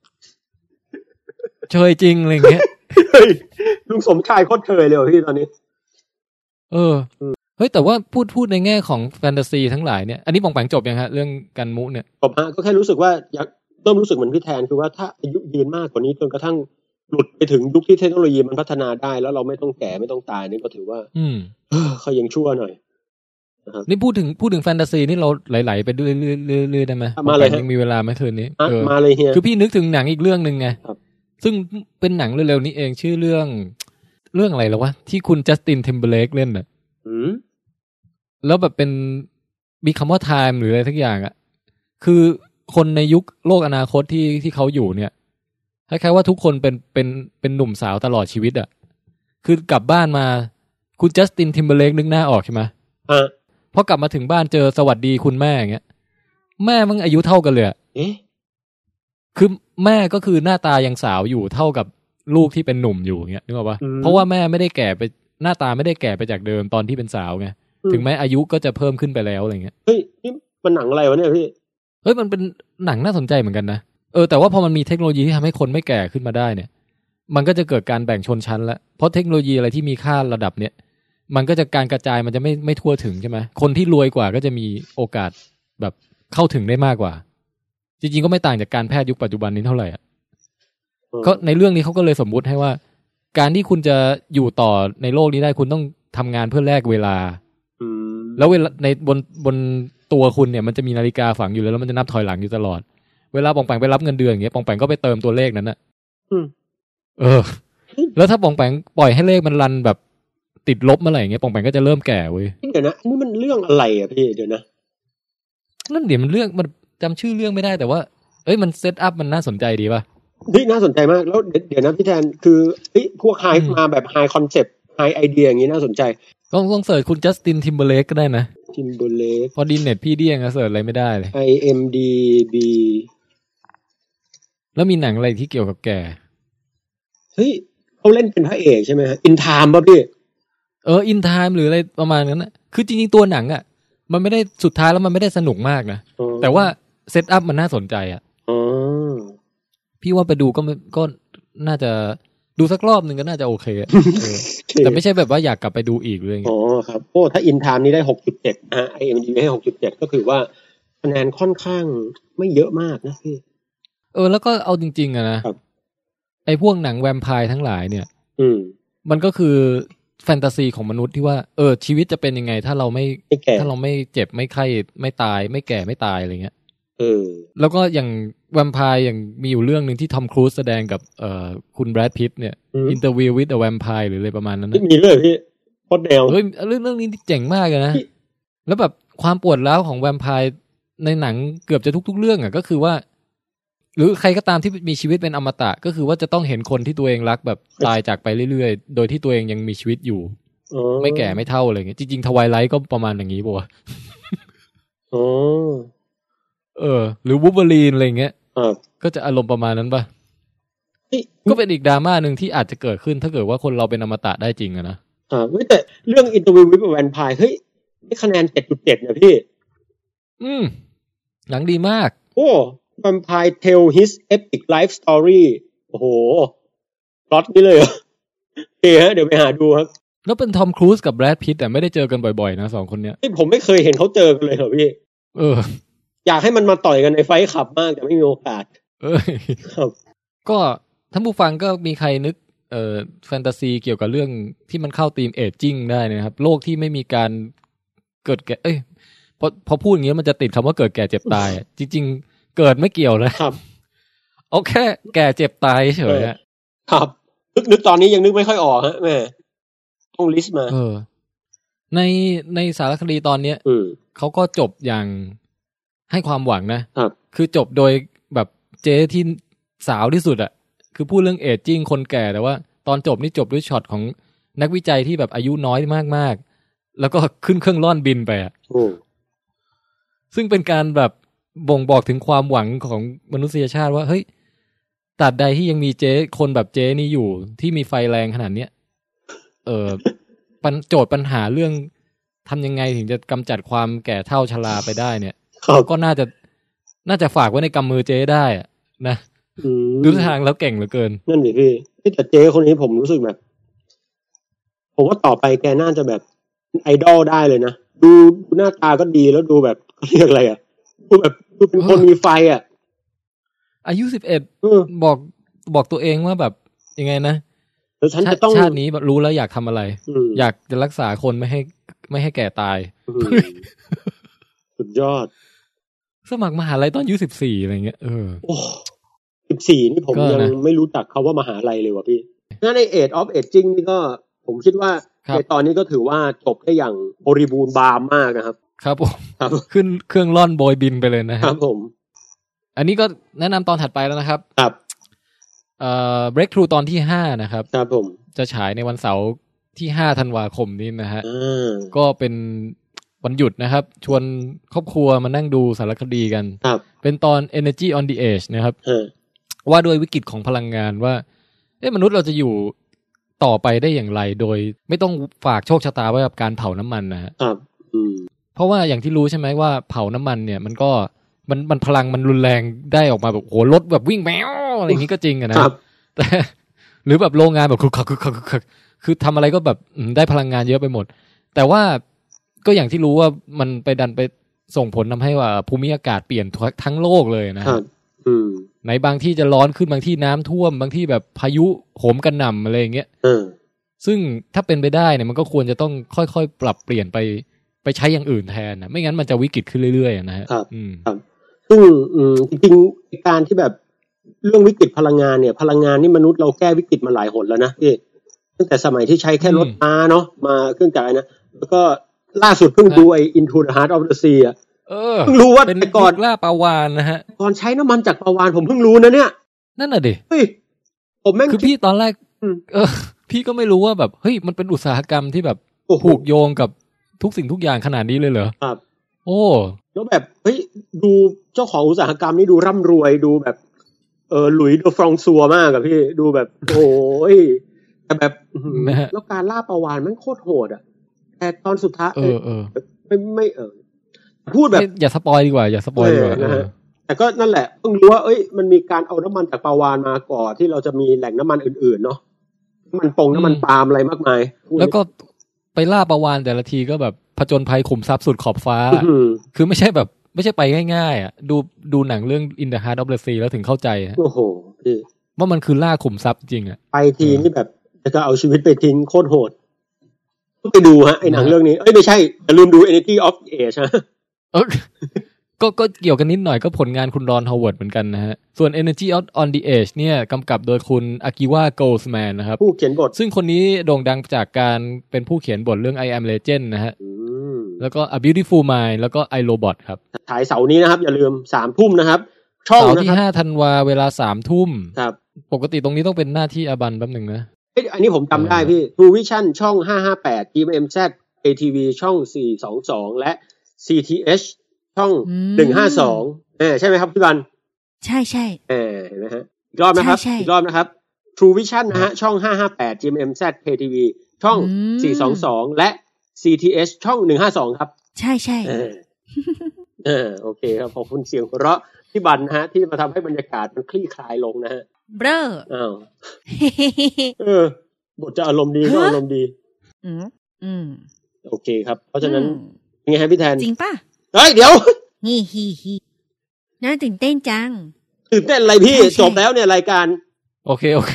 เชยจริงอะไรเงี้ยเฮ้ยลุงสมชายโคตรเชยเลยพี่ตอนนี้เออเฮ้ยแต่ว่าพูดพูดในแง่ของแฟนตาซีทั้งหลายเนี่ยอันนี้ปองแปงจบยังฮะเรื่องกันมุเนี่ยจบฮะก็แค่รู้สึกว่าอยากเริ่มรู้สึกเหมือนพี่แทนคือว่าถ้าอายุยืนมากกว่านี้จนกระทั่งหลุดไปถึงยุคที่เทคโนโลยีมันพัฒนาได้แล้วเราไม่ต้องแก่ไม่ต้องตายนี่ก็ถือว่าอืมเขายังชั่วหน่อยนี่พูดถึงพูดถึงแฟนตาซีนี่เราไหลๆไปเรื่อยๆได้ไหมมาเลยยังมีเวลาไหมคืนนี้เออมาเลยเฮียคือพี่นึกถึงหนังอีกเรื่องนึงไงซึ่งเป็นหนังเร็วๆนี้เองชื่อเรื่องเรื่องอะไรแล้ววะที่คุณจัสตินทิมเบอร์เลกเล่นน่ะแล้วแบบเป็นมีคำว่า time หรืออะไรทักอย่างอ่ะคือคนในยุคโลกอนาคตที่ที่เขาอยู่เนี่ยคล้ายๆว่าทุกคนเป็นเป็นเป็นหนุ่มสาวตลอดชีวิตอ่ะคือกลับบ้านมาคุณจัสตินทิมเบอร์เลกนึกหน้าออกใช่ไหมอ่าพอกลับมาถึงบ้านเจอสวัสดีคุณแม่อย่างเงี้ยแม่มันอายุเท่ากันเลยเอ๊ะคือแม่ก็คือหน้าตายังสาวอยู่เท่ากับลูกที่เป็นหนุ่มอยู่อย่างเงี้ยนึกออกปะเพราะว่าแม่ไม่ได้แก่ไปหน้าตาไม่ได้แก่ไปจากเดิมตอนที่เป็นสาวไงถึงแม้อายุก็จะเพิ่มขึ้นไปแล้วอะไรเงี้ยเฮ้ยนี่มันหนังอะไรวะเนี่ยพี่เฮ้ยมันเป็นหนังน่าสนใจเหมือนกันนะเออแต่ว่าพอมันมีเทคโนโลยีที่ทำให้คนไม่แก่ขึ้นมาได้เนี่ยมันก็จะเกิดการแบ่งชนชั้นแล้วเพราะเทคโนโลยีอะไรที่มีค่าระดับเนี้ยมันก็จะการกระจายมันจะไม่ไม่ทั่วถึงใช่ไหมคนที่รวยกว่าก็จะมีโอกาสแบบเข้าถึงได้มากกว่าจริงๆก็ไม่ต่างจากการแพทย์ยุคปัจจุบันนี้เท่าไหร่อ่ะก็ในเรื่องนี้เขาก็เลยสมมุติให้ว่าการที่คุณจะอยู่ต่อในโลกนี้ได้คุณต้องทำงานเพื่อแลกเวลาแล้วเวลาในบนบนตัวคุณเนี่ยมันจะมีนาฬิกาฝังอยู่แล้วมันจะนับถอยหลังอยู่ตลอดเวลาปองแปงไปรับเงินเดือนอย่างเงี้ยปองแปงก็ไปเติมตัวเลขนั้นน่ะเออแล้วถ้าปองแปงปล่อยให้เลขมันรันแบบติดลบเมื่อไหร่อย่างเงี้ยปองแปงก็จะเริ่มแก่เว้ยเดี๋ยวนะนี่มันเรื่องอะไรอ่ะพี่เดี๋ยวนะนั่นเดี๋ยวมันเรื่องมันจำชื่อเรื่องไม่ได้แต่ว่าเอ้ยมันเซตอัพมันน่าสนใจดีป่ะนี่น่าสนใจมากแล้วเดี๋ยวนะพี่แทนคือเฮ้ยพวกไฮมาแบบไฮคอนเซปต์ไฮไอเดียอย่างงี้น่าสนใจลองลองเสิร์ชคุณจัสตินทิมเบอร์เลกก็ได้นะทิมเบอร์เลกพอดีเน็ตพี่เดี้ยงอะเสิร์ชอะไรไม่ได้เลยไอ เอ็ม ดี บีแล้วมีหนังอะไรที่เกี่ยวกับแกเฮ้ยเขาเล่นเป็นพระเอกใช่ไหมฮะอินไทม์ป่ะพี่เอออินไทม์หรืออะไรประมาณนั้นนะคือจริงๆตัวหนังอ่ะมันไม่ได้สุดท้ายแล้วมันไม่ได้สนุกมากนะแต่ว่าเซตอัพมันน่าสนใจอ่ะอ๋อพี่ว่าไปดูก็ก็น่าจะดูสักรอบหนึ่งก็น่าจะโอเคแต่ไม่ใช่แบบว่าอยากกลับไปดูอีกเลยอ๋อครับโอ้ถ้าอินไทม์นี่ได้ หกจุดเจ็ด อ่ะ ไอ เอ็ม ดี บี ให้ หกจุดเจ็ด ก็ถือว่าคะแนนค่อนข้างไม่เยอะมากนะพี่เออแล้วก็เอาจริงๆอะนะไอ้พวกหนังแวมไพร์ทั้งหลายเนี่ยอืมมันก็คือแฟนตาซีของมนุษย์ที่ว่าเออชีวิตจะเป็นยังไงถ้าเราไม่ถ้าเราไม่เจ็บไม่ไข้ไม่ตายไม่แก่ไม่ตายอะไรเงี้ยเออแล้วก็อย่างแวมไพร์อย่างมีอยู่เรื่องนึงที่ทอมครูซแสดงกับเอ่อคุณแบรดพิตต์เนี่ย Interview with a Vampire หรืออะไรประมาณนั้นนะมีเลยพี่โคตรแนวเฮ้ยเรื่องเรื่องนี้เจ๋งมากเลยนะแล้วแบบความปวดร้าวของแวมไพร์ในหนังเกือบจะทุกๆเรื่องอ่ะก็คือว่าหรือใครก็ตามที่มีชีวิตเป็นอมตะก็คือว่าจะต้องเห็นคนที่ตัวเองรักแบบตายจากไปเรื่อยๆโดยที่ตัวเองยังมีชีวิตอยู่ไม่แก่ไม่เฒ่าอะไรเงี้ยจริงๆทวายไลท์ก็ประมาณอย่างนี้ป่ะอ๋อเออหรือวูล์ฟเวอรีนอะไรเงี้ยก็จะอารมณ์ประมาณนั้นป่ะก็เป็นอีกดราม่านึงที่อาจจะเกิดขึ้นถ้าเกิดว่าคนเราเป็นอมตะได้จริงอะนะอ่าแต่เรื่อง Interview with a Vampire เฮ้ยได้คะแนน เจ็ดจุดเจ็ด นะพี่อืมหนังดีมากโอ้ Vampire Tale His Epic Life Story โอ้โหพล็อตนี้เลยเหรอโอเคฮะเดี๋ยวไปหาดูครับแล้วเป็นทอมครูซกับแบรดพิตต์แต่ไม่ได้เจอกันบ่อยๆนะสองคนเนี้ยที่ผมไม่เคยเห็นเขาเจอกันเลยเหรอพี่เอออยากให้มันมาต่อยกันในไฟท์คลับมากแต่ไม่มีโอกาสเออครับก็ท่านผู้ฟังก็มีใครนึกเอ่อแฟนตาซีเกี่ยวกับเรื่องที่มันเข้าธีมเอจจิ้งได้นะครับโลกที่ไม่มีการเกิดแก่เอ้ยพอพอพูดอย่างเงี้ยมันจะติดคำว่าเกิดแก่เจ็บตายจริงๆเกิดไม่เกี่ยวนะครับโอเคแก่เจ็บตายเฉยๆครับนึกนึกตอนนี้ยังนึกไม่ค่อยออกฮะแม่ต้องลิสต์มาเออในในสารคดีตอนเนี้ยเขาก็จบอย่างให้ความหวังนะครับคือจบโดยแบบเจ๊ที่สาวที่สุดอ่ะคือพูดเรื่องเอจจิ้งคนแก่แต่ว่าตอนจบนี่จบด้วยช็อตของนักวิจัยที่แบบอายุน้อยมากๆแล้วก็ขึ้นเครื่องล่อนบินไปอ่ะซึ่งเป็นการแบบบ่งบอกถึงความหวังของมนุษยชาติว่าเฮ้ยตราบใดที่ยังมีเจ๊คนแบบเจ๊นี่อยู่ที่มีไฟแรงขนาดเนี้ยเออปัญโจทย์ปัญหาเรื่องทำยังไงถึงจะกำจัดความแก่เฒ่าชราไปได้เนี่ยก็น่าจะน่าจะฝากไว้ในกำมือเจ๊ได้อะนะดูทางแล้วเก่งเหลือเกินนั่นดิพี่แต่เจ๊คนนี้ผมรู้สึกแบบผมว่าต่อไปแกน่าจะแบบไอดอลได้เลยนะดูหน้าตาก็ดีแล้วดูแบบเรียกอะไรอ่ะดูแบบดูเป็นคนมีไฟอ่ะอายุสิบเอ็ดบอกบอกตัวเองว่าแบบยังไงนะฉันจะต้องชาตินี้รู้แล้วอยากทำอะไรอยากจะรักษาคนไม่ให้ไม่ให้แก่ตายสุดยอดสมัครมหาลัยตอนอายุสิบสี่อะไรเงี้ยเออสิบสี่นี่ผมยังไม่รู้จักคำว่ามหาลัยเลยว่ะพี่งั้นใน Age of Aging นี่ก็ผมคิดว่าในตอนนี้ก็ถือว่าจบได้อย่างบริบูรณ์บามมากนะครับครับผมขึ้นเครื่องล่อนโบยบินไปเลยนะครับผมอันนี้ก็แนะนำตอนถัดไปแล้วนะครับครับเอ่อ Breakthrough ตอนที่ห้านะครับครับผมจะฉายในวันเสาร์ที่ห้าธันวาคมนี้นะฮะก็เป็นวันหยุดนะครับชวนครอบครัวมานั่งดูสารคดีกันเป็นตอน Energy on the Edge นะครับว่าด้วยวิกฤตของพลังงานว่าเอ๊ะมนุษย์เราจะอยู่ต่อไปได้อย่างไรโดยไม่ต้องฝากโชคชะตาไว้กับการเผาน้ำมันนะฮะเพราะว่าอย่างที่รู้ใช่ไหมว่าเผาน้ำมันเนี่ยมันก็มันมันพลังมันรุนแรงได้ออกมาแบบโหรถแบบวิ่งแมวอะไรอย่างนี้ก็จริงอะนะแต่หรือแบบโรงงานแบบคือคือคือคือทำอะไรก็แบบได้พลังงานเยอะไปหมดแต่ว่าก็อย่างที่รู้ว่ามันไปดันไปส่งผลทำให้ว่าภูมิอากาศเปลี่ยนทั้งโลกเลยนะในบางที่จะร้อนขึ้นบางที่น้ำท่วมบางที่แบบพายุโหมกระหน่ำอะไรอย่างเงี้ยซึ่งถ้าเป็นไปได้เนี่ยมันก็ควรจะต้องค่อยๆปรับเปลี่ยนไปไปใช้อย่างอื่นแทนนะไม่งั้นมันจะวิกฤตขึ้นเรื่อยๆนะฮะครับครับซึ่งจริงๆการที่แบบเรื่องวิกฤตพลังงานเนี่ยพลังงานนี่มนุษย์เราแก้วิกฤตมาหลายหนแล้วนะพี่ตั้งแต่สมัยที่ใช้แค่รถม้าเนาะมาเครื่องจักรนะแล้วก็ล่าสุดเพิ่งดูไอ้ Into the Heart of the Sea อ่ะเออเพิ่งรู้ว่าแต่ก่อนล่าปลาวาฬนะฮะก่อนใช้น้ำมันจากปลาวาฬผมเพิ่งรู้นะเนี่ยนั่นน่ะดิเฮ้ยผมแม่งคือพี่ตอนแรกเออพี่ก็ไม่รู้ว่าแบบเฮ้ยมันเป็นอุตสาหกรรมที่แบบผูกโยงกับทุกสิ่งทุกอย่างขนาดนี้เลยเหรอครับโอ้แล้วแบบเฮ้ยดูเจ้าของอุตสาหกรรมนี่ดูร่ำรวยดูแบบเออหลุยส์เดอฟรองซัวมากอะพี่ดูแบบโอ้ยแต่แบบแล้วการล่าปลาวาฬมันโคตรโหดอะแต่ตอนสุดท้ายเออเออไม่ไม่เออพูดแบบอย่าสปอยดีกว่าอย่าสปอยดีกว่านะฮะแต่ก็นั่นแหละเพิ่งรู้ว่าเอ้ยมันมีการเอาน้ำมันจากปลาวาฬมาก่อนที่เราจะมีแหล่งน้ำมันอื่นๆเนาะน้ำมันปงน้ำมันปาล์มอะไรมากมายแล้วก็ไปล่าปลาวาฬแต่ละทีก็แบบผจญภัยขุมทรัพย์สุดขอบฟ้าคือไม่ใช่แบบไม่ใช่ไปง่ายๆอ่ะดูดูหนังเรื่อง In the Heart of the Sea แล้วถึงเข้าใจโอ้โหว่ามันคือล่าขุมทรัพย์จริงอ่ะไปทีนี่แบบจะเอาชีวิตไปทิ้งโคตรโหดต้องไปดูฮะไอ้หนังเรื่องนี้เอ้ยไม่ใช่อย่าลืมดู Energy of the Edge นะเออก็ก็เกี่ยวกันนิดหน่อยก็ผลงานคุณรอนฮาวเวิร์ดเหมือนกันนะฮะส่วน Energy on the Edge เนี่ยกำกับโดยคุณอากิวะโกลด์แมนนะครับผู้เขียนบทซึ่งคนนี้โด่งดังจากการเป็นผู้เขียนบทเรื่อง I Am Legend นะฮะแล้วก็ A Beautiful Mind แล้วก็ I Robot ครับฉายเสาร์นี้นะครับอย่าลืม สามทุ่มนะครับช่องนะครับเสาร์ที่ห้าธันวาเวลา สามทุ่มครับปกติตรงนี้ต้องเป็นหน้าที่อบันแป๊บนึงนะเอ้ยอันนี้ผมจำได้พี่ True Vision ช่องห้าห้าแปด จี เอ็ม แซด เอ ที วี ช่องสี่สองสองและ ซี ที เอช ช่องหนึ่งห้าสองเออใช่ไหมครับพี่บันใช่ๆเออเห็นมั้ยฮะอีกรอบนะครับอีกรอบนะครับ True Vision นะฮะช่องห้าห้าแปด จี เอ็ม แซด เค ที วี ช่องสี่สองสองและซี ที เอช ช่องหนึ่งห้าสองครับใช่ใช่เออเออโอเคครับขอบคุณเสียงหัวเราะพี่บันนะฮะที่มาทำให้บรรยากาศมันคลี่คลายลงนะฮะเบ้ออ้าวเออบทจะอารมณ์ดีก็อารมณ์ดีอืมอืมโอเคครับเพราะฉะนั้นยังไงฮะพี่แทนจริงป่ะเฮ้ยเดี๋ยวฮีฮีฮีน่าตื่นเต้นจังตื่นเต้นอะไรพี่จบแล้วเนี่ยรายการโอเคโอเค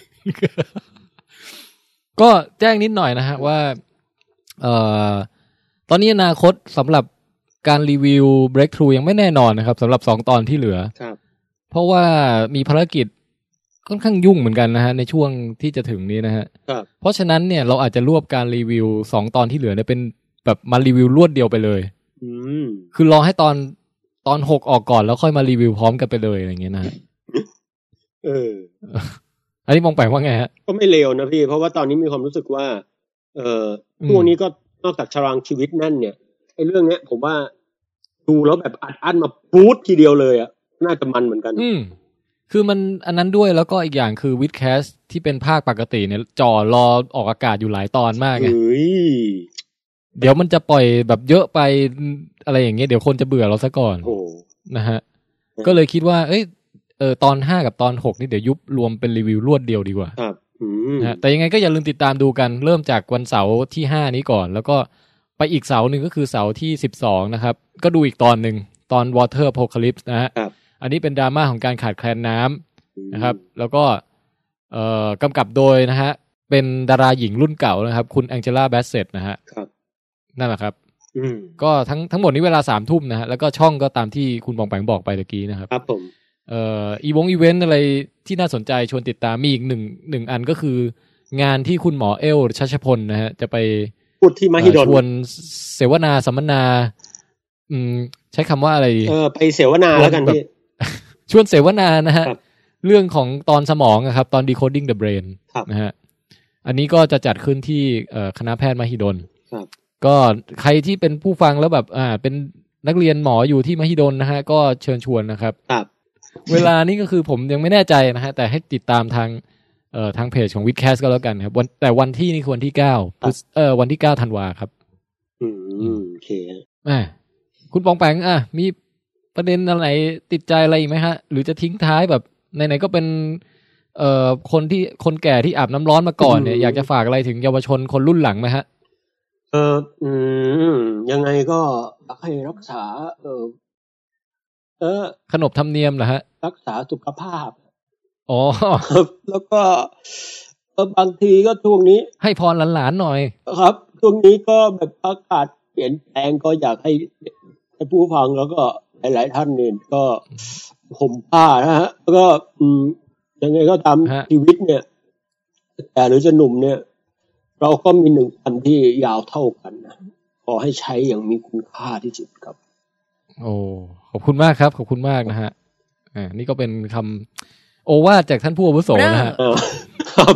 ก็แจ้งนิดหน่อยนะฮะว่าเอ่อตอนนี้อนาคตสำหรับการรีวิว Breakthrough ยังไม่แน่นอนนะครับสำหรับสองตอนที่เหลือครับเพราะว่ามีภารกิจค่อนข้างยุ่งเหมือนกันนะฮะในช่วงที่จะถึงนี้นะฮะครับเพราะฉะนั้นเนี่ยเราอาจจะรวบการรีวิวสองตอนที่เหลือเนี่ยเป็นแบบมารีวิวรวดเดียวไปเลยอืมคือรอให้ตอนตอนหกออกก่อนแล้วค่อยมารีวิวพร้อมกันไปเลยอะไรอย่างเงี้ยนะฮะเอออันนี้มองไปว่าไงฮะก็ไม่เลวนะพี่เพราะว่าตอนนี้มีความรู้สึกว่าเอ่อพวกนี้ก็นอกจากตารางชีวิตนั่นเนี่ยไอ้เรื่องเนี้ยผมว่าดูแล้วแบบอัดอั้นมาปู๊ดทีเดียวเลยอ่ะน่าจะมันเหมือนกันอืมคือมันอันนั้นด้วยแล้วก็อีกอย่างคือวิดแคสที่เป็นภาคปกติเนี่ยจ่อรอออกอากาศอยู่หลายตอนมากไงเดี๋ยวมันจะปล่อยแบบเยอะไปอะไรอย่างเงี้ยเดี๋ยวคนจะเบื่อเราซะก่อนนะฮะก็เลยคิดว่าเอ้ยเออตอนห้ากับตอนหกนี่เดี๋ยวยุบรวมเป็นรีวิวรวดเดียวดีกว่าครับนะฮะแต่ยังไงก็อย่าลืมติดตามดูกันเริ่มจากวันเสาร์ที่ห้านี้ก่อนแล้วก็ไปอีกเสาร์นึงก็คือเสาร์ที่สิบสองนะครับก็ดูอีกตอนนึงตอน Water Apocalypse นะฮะอันนี้เป็นดราม่าของการขาดแคลนน้ำนะครับแล้วก็เอ่อกำกับโดยนะฮะเป็นดาราหญิงรุ่นเก่านะครับคุณแองเจล่าแบสเซตนะฮะนั่นแหละครับก็ทั้งทั้งหมดนี้เวลาสามทุ่มนะฮะแล้วก็ช่องก็ตามที่คุณบองแปงบอกไปตะกี้นะครับครับผมเอ่ออีวงอีเวนต์อะไรที่น่าสนใจชวนติดตามมีอีกหนึ่งหนึ่งอันก็คืองานที่คุณหมอเอลชัชพลนะฮะจะไปพูดที่มหิดลชวนเสวนาสัมมนาอืมใช้คำว่าอะไรดีเออไปเสวนาแล้วกันพี่ชวนเสวนานะฮะเรื่องของตอนสมองนะครับตอน decoding the brain นะฮะอันนี้ก็จะจัดขึ้นที่คณะแพทย์มหิดลก็ใครที่เป็นผู้ฟังแล้วแบบอ่าเป็นนักเรียนหมออยู่ที่มหิดลนะฮะก็เชิญชวนนะครับเวลานี้ก็คือผมยังไม่แน่ใจนะฮะแต่ให้ติดตามทางเอ่อทางเพจของ Vidcast ก็แล้วกันครับวันแต่วันที่นี่คือวันที่เก้าเอ่อวันที่เก้าธันวาครับอืมโอเคอ่าคุณปองแปงอ่ะมีประเด็นอะไรติดใจอะไรอีกไหมฮะหรือจะทิ้งท้ายแบบไหนๆก็เป็นเอ่อคนที่คนแก่ที่อาบน้ำร้อนมาก่อนเนี่ยอยากจะฝากอะไรถึงเยาวชนคนรุ่นหลังไหมฮะเอออืมยังไงก็อยากให้รักษาเออเออขนบธรรมเนียมเหรอฮะรักษาสุขภาพอ๋อแล้วก็เออบางทีก็ช่วงนี้ให้พรหลานๆหน่อยครับช่วงนี้ก็แบบอากาศเปลี่ยนแปลงก็อยากให้ให้ผู้ฟังแล้วก็หลายๆท่านเนี่ยก็ห่มผ้านะฮะแล้วก็อืมยังไงก็ตามชีวิตเนี่ยแต่หรือจะหนุ่มเนี่ยเราก็มีหนึ่งอันที่ยาวเท่ากันนะขอให้ใช้อย่างมีคุณค่าที่สุดครับโอ้ขอบคุณมากครับขอบคุณมากนะฮะอ่านี่ก็เป็นคำโอวาทจากท่านผู้อาวุโสนะฮะครับ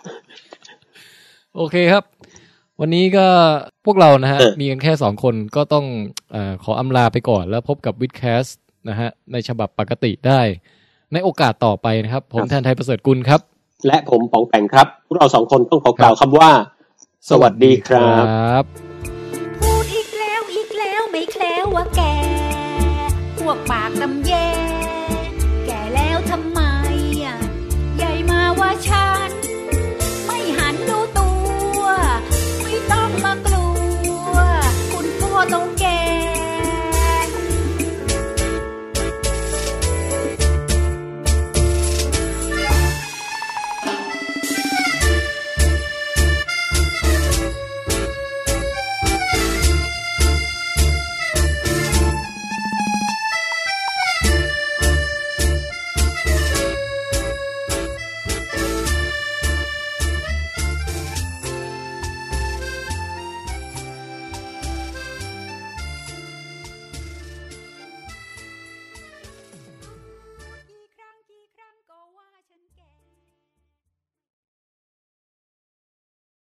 โอเคครับวันนี้ก็พวกเรานะฮะมีกันแค่สองคนก็ต้องเอ่อขออำลาไปก่อนแล้วพบกับ Vidcast นะฮะในฉบับปกติได้ในโอกาสต่อไปนะครับผมแทนไทยประเสริฐกุลครับและผมป๋องแปงครับพวกเราสองคนต้องขอกล่าวคำว่าสวัสดีครับพูดอีกแล้วอีกแล้วไม่แคล้วว่าแกพวกปากตำแย